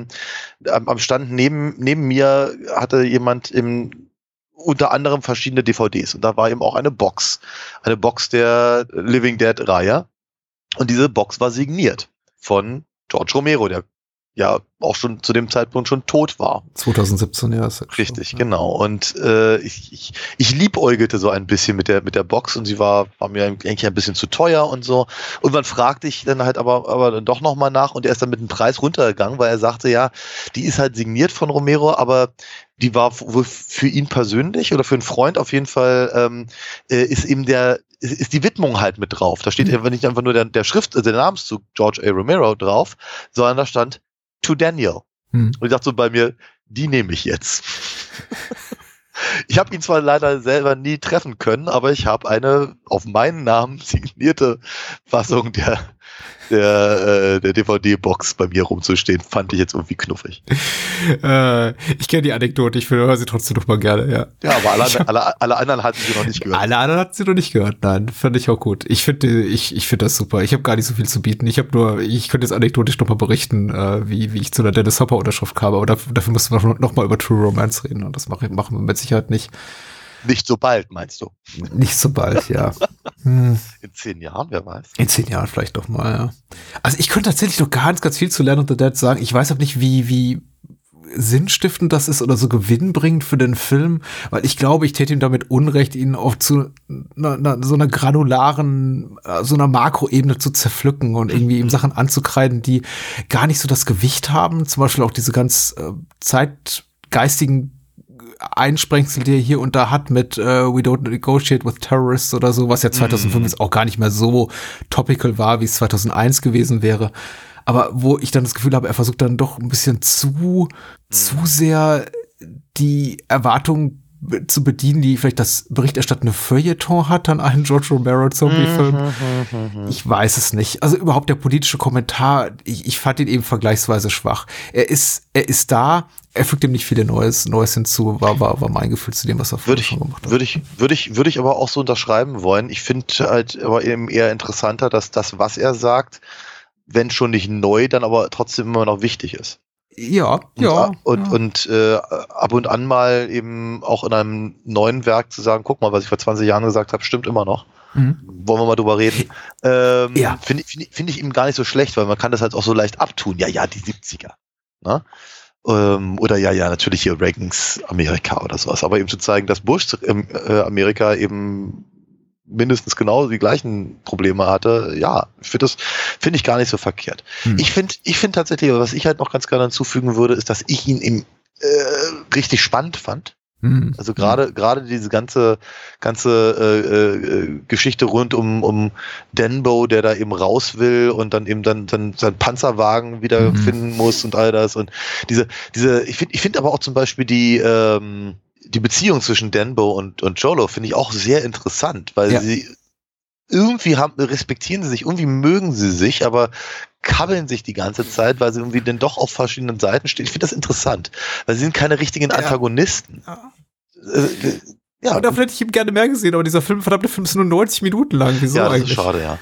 am Stand neben mir hatte jemand unter anderem verschiedene DVDs, und da war eben auch eine Box der Living Dead-Reihe, und diese Box war signiert von George Romero, der ja auch schon zu dem Zeitpunkt schon tot war. 2017, ja. Ist richtig, genau. Und ich liebäugelte so ein bisschen mit der Box, und sie war mir eigentlich ein bisschen zu teuer und so. Und man fragte ich dann halt aber dann doch nochmal nach, und er ist dann mit dem Preis runtergegangen, weil er sagte, ja, die ist halt signiert von Romero, aber die war wohl für ihn persönlich oder für einen Freund auf jeden Fall ist eben ist die Widmung halt mit drauf. Da steht nicht einfach nur der Namenszug George A. Romero drauf, sondern da stand To Daniel. Und ich dachte so bei mir, die nehme ich jetzt. Ich habe ihn zwar leider selber nie treffen können, aber ich habe eine auf meinen Namen signierte Fassung der DVD-Box bei mir rumzustehen, fand ich jetzt irgendwie knuffig. Ich kenne die Anekdote, ich höre sie trotzdem noch mal gerne, ja. Ja, aber alle anderen hatten sie noch nicht gehört. Alle anderen hatten sie noch nicht gehört, nein, fand ich auch gut. Ich finde das super. Ich habe gar nicht so viel zu bieten. Ich könnte jetzt anekdotisch noch mal berichten, wie ich zu der Dennis Hopper-Unterschrift kam, aber dafür müssen wir noch mal über True Romance reden, und das machen wir mit Sicherheit nicht. Nicht so bald, meinst du? Nicht so bald, ja. In 10 Jahren, wer weiß. In 10 Jahren vielleicht doch mal, ja. Also ich könnte tatsächlich noch ganz viel zu Land of the Dead sagen. Ich weiß auch nicht, wie sinnstiftend das ist oder so gewinnbringend für den Film, weil ich glaube, ich täte ihm damit Unrecht, ihn auf zu so einer granularen, so einer Makroebene zu zerpflücken und irgendwie ihm Sachen anzukreiden, die gar nicht so das Gewicht haben. Zum Beispiel auch diese ganz zeitgeistigen Einsprengsel, die er hier und da hat mit We Don't Negotiate with Terrorists oder so, was ja 2005 jetzt auch gar nicht mehr so topical war, wie es 2001 gewesen wäre. Aber wo ich dann das Gefühl habe, er versucht dann doch ein bisschen zu sehr die Erwartung zu bedienen, die vielleicht das berichterstattende Feuilleton hat an einen George Romero Zombie-Film. Ich weiß es nicht. Also überhaupt der politische Kommentar, ich fand ihn eben vergleichsweise schwach. Er ist da, er fügt ihm nicht viel Neues hinzu, war mein Gefühl zu dem, was er vorher schon gemacht hat. Würde ich aber auch so unterschreiben wollen. Ich finde halt aber eben eher interessanter, dass das, was er sagt, wenn schon nicht neu, dann aber trotzdem immer noch wichtig ist. Ja. Und ab und an mal eben auch in einem neuen Werk zu sagen, guck mal, was ich vor 20 Jahren gesagt habe, stimmt immer noch. Wollen wir mal drüber reden. Finde ich eben gar nicht so schlecht, weil man kann das halt auch so leicht abtun. Ja, die 70er. Ne? Oder ja, natürlich hier Reagans Amerika oder sowas. Aber eben zu zeigen, dass Bush Amerika eben mindestens genau die gleichen Probleme hatte, ja, finde ich gar nicht so verkehrt. Ich finde tatsächlich, was ich halt noch ganz gerne hinzufügen würde, ist, dass ich ihn eben richtig spannend fand. Also gerade diese ganze Geschichte rund um Denbo, der da eben raus will und dann eben dann seinen Panzerwagen wieder finden muss und all das und ich finde aber auch zum Beispiel die Beziehung zwischen Denbo und Jolo finde ich auch sehr interessant, weil sie irgendwie respektieren sie sich, irgendwie mögen sie sich, aber kabbeln sich die ganze Zeit, weil sie irgendwie dann doch auf verschiedenen Seiten stehen. Ich finde das interessant, weil sie sind keine richtigen Antagonisten. Ja. Und davon hätte ich ihm gerne mehr gesehen, aber dieser verdammte Film ist nur 90 Minuten lang. Wieso das eigentlich? Ist schade,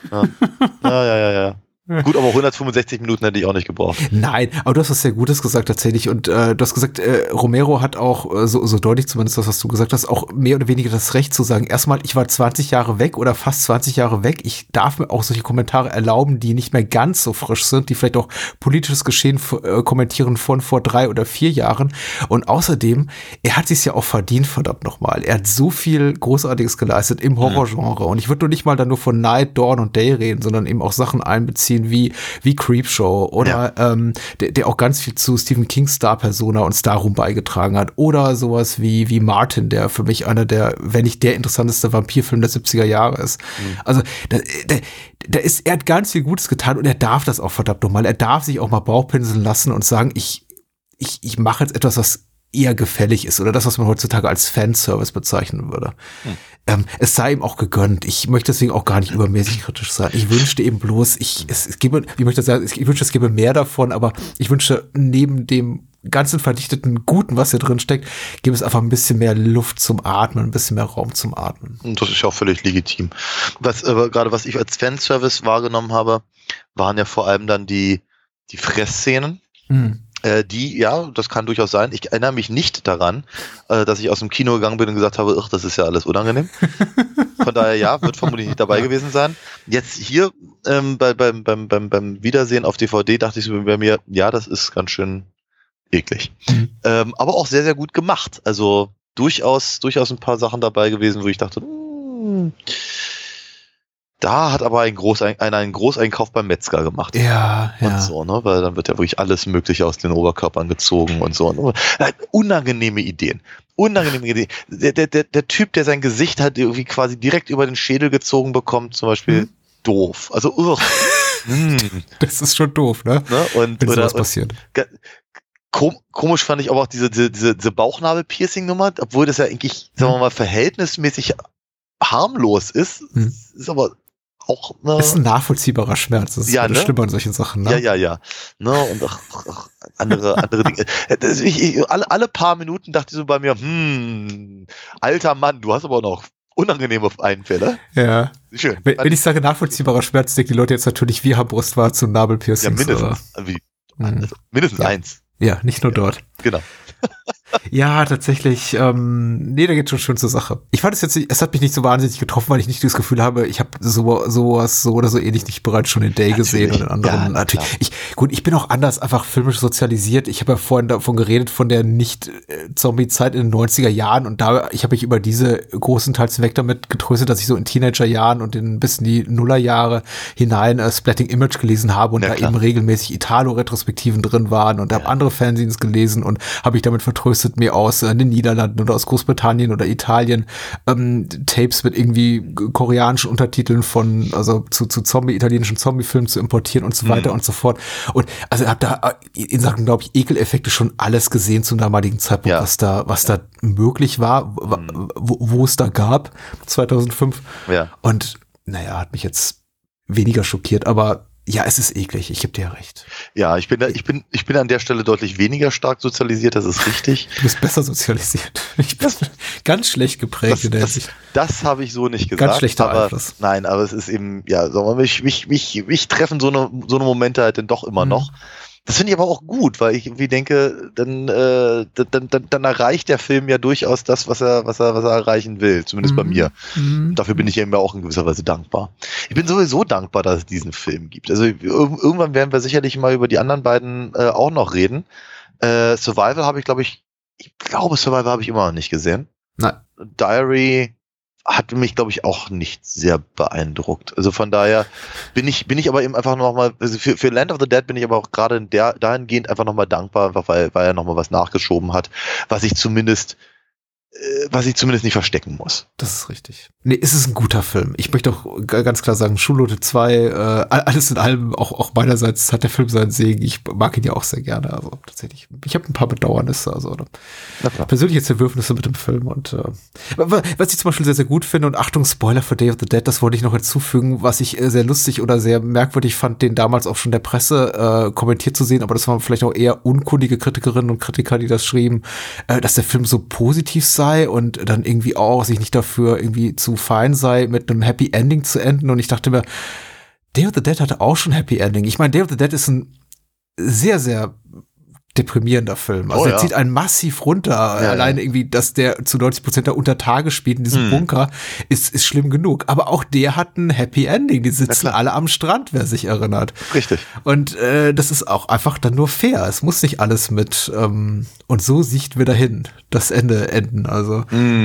ja. Gut, aber 165 Minuten hätte ich auch nicht gebraucht. Nein, aber du hast was sehr Gutes gesagt tatsächlich und du hast gesagt, Romero hat auch, so deutlich zumindest das, was du gesagt hast, auch mehr oder weniger das Recht zu sagen, erstmal, ich war 20 Jahre weg oder fast 20 Jahre weg, ich darf mir auch solche Kommentare erlauben, die nicht mehr ganz so frisch sind, die vielleicht auch politisches Geschehen kommentieren von vor 3 oder 4 Jahren und außerdem, er hat sich's ja auch verdient, verdammt nochmal, er hat so viel Großartiges geleistet im Horrorgenre und ich würde nur nicht mal dann nur von Night, Dawn und Day reden, sondern eben auch Sachen einbeziehen, wie Creepshow oder der auch ganz viel zu Stephen Kings Star-Persona und Star-Rum beigetragen hat oder sowas wie Martin, der für mich einer der, wenn nicht der interessanteste Vampirfilm der 70er Jahre ist. Also er hat ganz viel Gutes getan und er darf das auch verdammt nochmal. Er darf sich auch mal Bauchpinseln lassen und sagen, ich mache jetzt etwas, was eher gefällig ist oder das, was man heutzutage als Fanservice bezeichnen würde. Es sei ihm auch gegönnt. Ich möchte deswegen auch gar nicht übermäßig kritisch sein. Ich wünschte eben bloß, ich wünschte, es gäbe mehr davon, aber ich wünschte, neben dem ganzen verdichteten Guten, was hier drin steckt, gäbe es einfach ein bisschen mehr Luft zum Atmen, ein bisschen mehr Raum zum Atmen. Und das ist ja auch völlig legitim. Gerade was ich als Fanservice wahrgenommen habe, waren ja vor allem dann die Fressszenen. Das kann durchaus sein. Ich erinnere mich nicht daran, dass ich aus dem Kino gegangen bin und gesagt habe, das ist ja alles unangenehm. Von daher, wird vermutlich nicht dabei gewesen sein. Jetzt hier beim Wiedersehen auf DVD dachte ich so bei mir, das ist ganz schön eklig. Aber auch sehr, sehr gut gemacht. Also durchaus ein paar Sachen dabei gewesen, wo ich dachte, da hat aber einer einen Großeinkauf beim Metzger gemacht. Ja. Und so, ne? Weil dann wird ja wirklich alles Mögliche aus den Oberkörpern gezogen und so. Unangenehme Ideen. Der Typ, der sein Gesicht halt irgendwie quasi direkt über den Schädel gezogen bekommt, zum Beispiel, doof. Also, Das ist schon doof, ne? Und, wenn sowas passiert. Komisch fand ich aber auch diese Bauchnabel-Piercing-Nummer, obwohl das ja eigentlich, sagen wir mal, verhältnismäßig harmlos ist, ist aber auch, ist ein nachvollziehbarer Schmerz. Das ist das Schlimme an solchen Sachen, ne? Ja. Ne? Und andere Dinge. Alle paar Minuten dachte ich so bei mir, alter Mann, du hast aber noch unangenehme Einfälle. Ja. Schön. Wenn ich sage nachvollziehbarer Schmerz, denken die Leute jetzt natürlich, wie Brustwarze und Nabelpiercings. Ja, mindestens eins. Ja, nicht nur dort. Genau. Ja, tatsächlich, da geht's schon schön zur Sache. Ich fand es hat mich nicht so wahnsinnig getroffen, weil ich nicht das Gefühl habe, ich habe sowas so oder so ähnlich nicht bereits schon in Day gesehen und in anderen. Natürlich. Ich bin auch anders einfach filmisch sozialisiert. Ich habe ja vorhin davon geredet, von der Nicht-Zombie-Zeit in den 90er Jahren und ich habe mich über diese großenteils weg damit getröstet, dass ich so in Teenager-Jahren und in bis in die Nullerjahre hinein Splatting Image gelesen habe und da eben regelmäßig Italo-Retrospektiven drin waren und habe andere Fanzines gelesen und habe mich damit vertröstet, gerüstet, mehr aus den Niederlanden oder aus Großbritannien oder Italien, Tapes mit irgendwie koreanischen Untertiteln von, also zu italienischen Zombie-Filmen zu importieren und so weiter und so fort. Und also hab da in Sachen, glaube ich, Ekeleffekte schon alles gesehen zum damaligen Zeitpunkt, was da möglich war, wo es da gab, 2005. Ja. Und naja, hat mich jetzt weniger schockiert, aber ja, es ist eklig, ich gebe dir recht. Ja, ich bin an der Stelle deutlich weniger stark sozialisiert, das ist richtig. Du bist besser sozialisiert. Ich bin ganz schlecht geprägt in der Hinsicht. Das habe ich so nicht gesagt. Ganz schlechter Einfluss. Nein, aber es ist eben, ja, sagen wir mal, mich treffen so eine Momente halt dann doch immer noch. Das finde ich aber auch gut, weil ich irgendwie denke, dann erreicht der Film ja durchaus das, was er erreichen will, zumindest bei mir. Dafür bin ich ihm ja auch in gewisser Weise dankbar. Ich bin sowieso dankbar, dass es diesen Film gibt. Also irgendwann werden wir sicherlich mal über die anderen beiden auch noch reden. Survival habe ich, glaube ich Survival habe ich immer noch nicht gesehen. Nein. Diary hat mich, glaube ich, auch nicht sehr beeindruckt. Also von daher bin ich aber eben einfach nochmal, also für Land of the Dead bin ich aber auch gerade dahingehend einfach nochmal dankbar, einfach weil er nochmal was nachgeschoben hat, was ich zumindest nicht verstecken muss. Das ist richtig. Nee, es ist ein guter Film. Ich möchte auch ganz klar sagen, Schulnote 2, alles in allem, auch meinerseits hat der Film seinen Segen. Ich mag ihn ja auch sehr gerne. Also tatsächlich, ich habe ein paar Bedauernisse, also persönliche Zerwürfnisse mit dem Film. Und was ich zum Beispiel sehr, sehr gut finde, und Achtung, Spoiler für Day of the Dead, das wollte ich noch hinzufügen, was ich sehr lustig oder sehr merkwürdig fand, den damals auch schon der Presse kommentiert zu sehen, aber das waren vielleicht auch eher unkundige Kritikerinnen und Kritiker, die das schrieben, dass der Film so positiv sei und dann irgendwie auch sich nicht dafür irgendwie zu fein sei, mit einem Happy Ending zu enden. Und ich dachte mir, Day of the Dead hatte auch schon Happy Ending. Ich meine, Day of the Dead ist ein sehr, sehr deprimierender Film. Also er zieht einen massiv runter. Ja, alleine irgendwie, dass der zu 90% da unter Tage spielt in diesem Bunker, ist schlimm genug. Aber auch der hat ein Happy Ending. Die sitzen alle am Strand, wer sich erinnert. Richtig. Und das ist auch einfach dann nur fair. Es muss nicht alles mit und so sichten wir dahin, das Ende enden. Also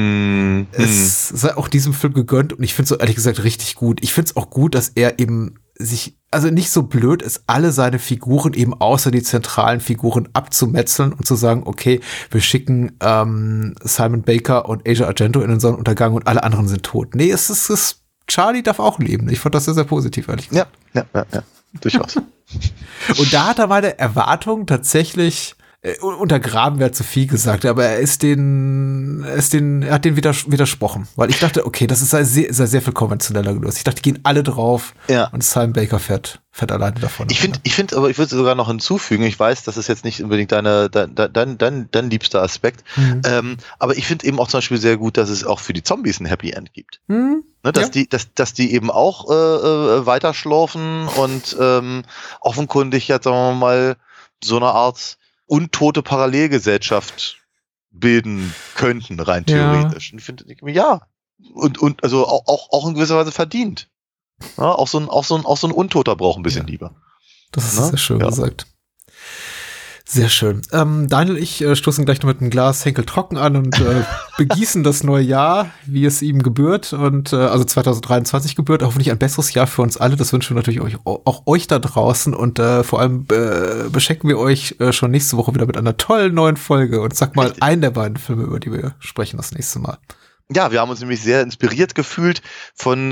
es sei auch diesem Film gegönnt und ich finde es so ehrlich gesagt richtig gut. Ich finde es auch gut, dass er eben sich, also nicht so blöd ist, alle seine Figuren eben außer die zentralen Figuren abzumetzeln und zu sagen, okay, wir schicken Simon Baker und Asia Argento in den Sonnenuntergang und alle anderen sind tot. Nee, es ist Charlie darf auch leben. Ich fand das sehr, sehr positiv, ehrlich gesagt. Ja, durchaus. Und da hat er meine Erwartungen tatsächlich untergraben wäre zu viel gesagt, aber er hat den widersprochen, weil ich dachte, okay, das ist sehr viel konventioneller gelöst. Ich dachte, die gehen alle drauf und Simon Baker fährt alleine davon. Ich finde, aber ich würde sogar noch hinzufügen, ich weiß, das ist jetzt nicht unbedingt dein liebster Aspekt, aber ich finde eben auch zum Beispiel sehr gut, dass es auch für die Zombies ein Happy End gibt. Ne, dass die eben auch weiterschlaufen und offenkundig jetzt, sagen wir mal, so eine Art untote Parallelgesellschaft bilden könnten, rein theoretisch. Und ich finde, und also auch in gewisser Weise verdient. Ja, auch so ein Untoter braucht ein bisschen Liebe. Das ist sehr schön gesagt. Sehr schön. Daniel, ich stoßen gleich noch mit einem Glas Henkel Trocken an und begießen das neue Jahr, wie es ihm gebührt und also 2023 gebührt. Hoffentlich ein besseres Jahr für uns alle. Das wünschen wir natürlich auch euch da draußen und vor allem beschenken wir euch schon nächste Woche wieder mit einer tollen neuen Folge und sag mal einen der beiden Filme, über die wir sprechen das nächste Mal. Ja, wir haben uns nämlich sehr inspiriert gefühlt von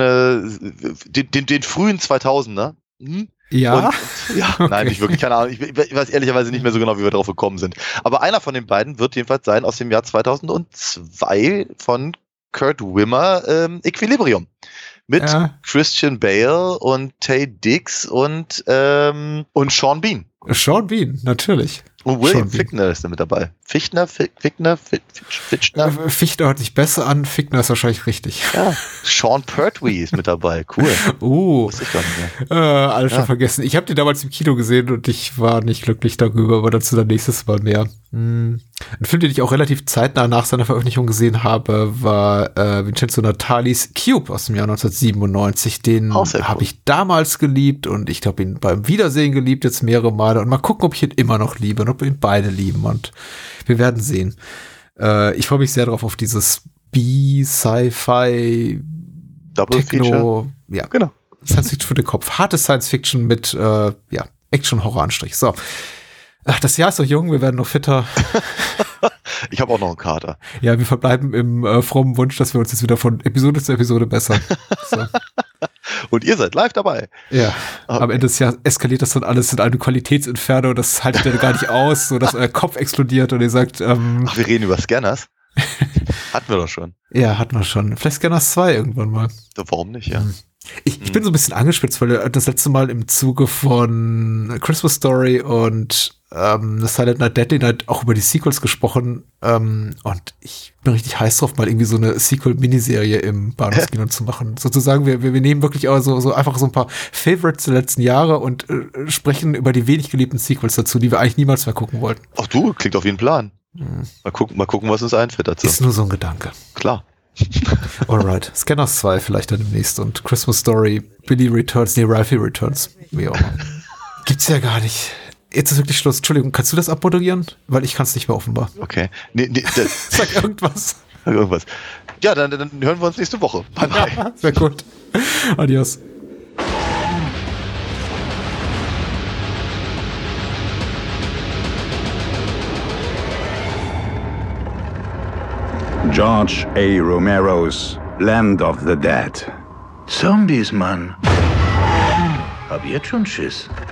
den frühen 2000er. Ja? Okay. Nein, nicht wirklich, keine Ahnung. Ich weiß ehrlicherweise nicht mehr so genau, wie wir drauf gekommen sind. Aber einer von den beiden wird jedenfalls sein aus dem Jahr 2002 von Kurt Wimmer, Equilibrium. Mit Christian Bale und Taye Diggs und Sean Bean. Sean Bean, natürlich. Und William Fichtner ist da mit dabei. Fichtner? Fichtner hört sich besser an, Fichtner ist wahrscheinlich richtig. Ja, Sean Pertwee ist mit dabei, cool. Wusste ich gar nicht mehr. Alles schon vergessen. Ich habe den damals im Kino gesehen und ich war nicht glücklich darüber, aber dazu dann nächstes Mal mehr. Ein Film, den ich auch relativ zeitnah nach seiner Veröffentlichung gesehen habe, war Vincenzo Natalis Cube aus dem Jahr 1997. Den habe ich damals geliebt und ich habe ihn beim Wiedersehen geliebt, jetzt mehrere Male. Und mal gucken, ob ich ihn immer noch liebe und ob wir ihn beide lieben. Und wir werden sehen. Ich freue mich sehr drauf auf dieses B-Sci-Fi Double Feature. Ja, genau. Science Fiction für den Kopf. Harte Science Fiction mit Action-Horror-Anstrich. So. Ach, das Jahr ist doch jung, wir werden noch fitter. Ich habe auch noch einen Kater. Ja, wir verbleiben im frommen Wunsch, dass wir uns jetzt wieder von Episode zu Episode bessern. So. Und ihr seid live dabei. Ja, okay. Am Ende des Jahres eskaliert das dann alles in eine Qualitätsinferno, das haltet ihr gar nicht aus, so dass euer Kopf explodiert und ihr sagt, Ach, wir reden über Scanners? Hatten wir doch schon. Ja, hatten wir schon. Vielleicht Scanners 2 irgendwann mal. Warum nicht, ja. Ich bin so ein bisschen angespitzt, weil das letzte Mal im Zuge von Christmas Story und Silent Night, Deadly Night auch über die Sequels gesprochen und ich bin richtig heiß drauf, mal irgendwie so eine Sequel-Miniserie im Bahnhofskino zu machen. Sozusagen, wir nehmen wirklich auch so einfach so ein paar Favorites der letzten Jahre und sprechen über die wenig geliebten Sequels dazu, die wir eigentlich niemals mehr gucken wollten. Ach du, klingt auf jeden Plan. Mal gucken, was uns einfällt dazu. Ist nur so ein Gedanke. Klar. Alright. Scanners 2 vielleicht dann demnächst und Christmas Story, Billy Returns, Ralphie Returns. Wie auch immer. Gibt's ja gar nicht. Jetzt ist wirklich Schluss. Entschuldigung, kannst du das abmoderieren? Weil ich kann es nicht mehr offenbar. Okay. Sag irgendwas. Irgendwas. Ja, dann hören wir uns nächste Woche. Bye, bye. Ja, sehr gut. Adios. George A. Romero's Land of the Dead. Zombies, Mann. Hab jetzt schon Schiss.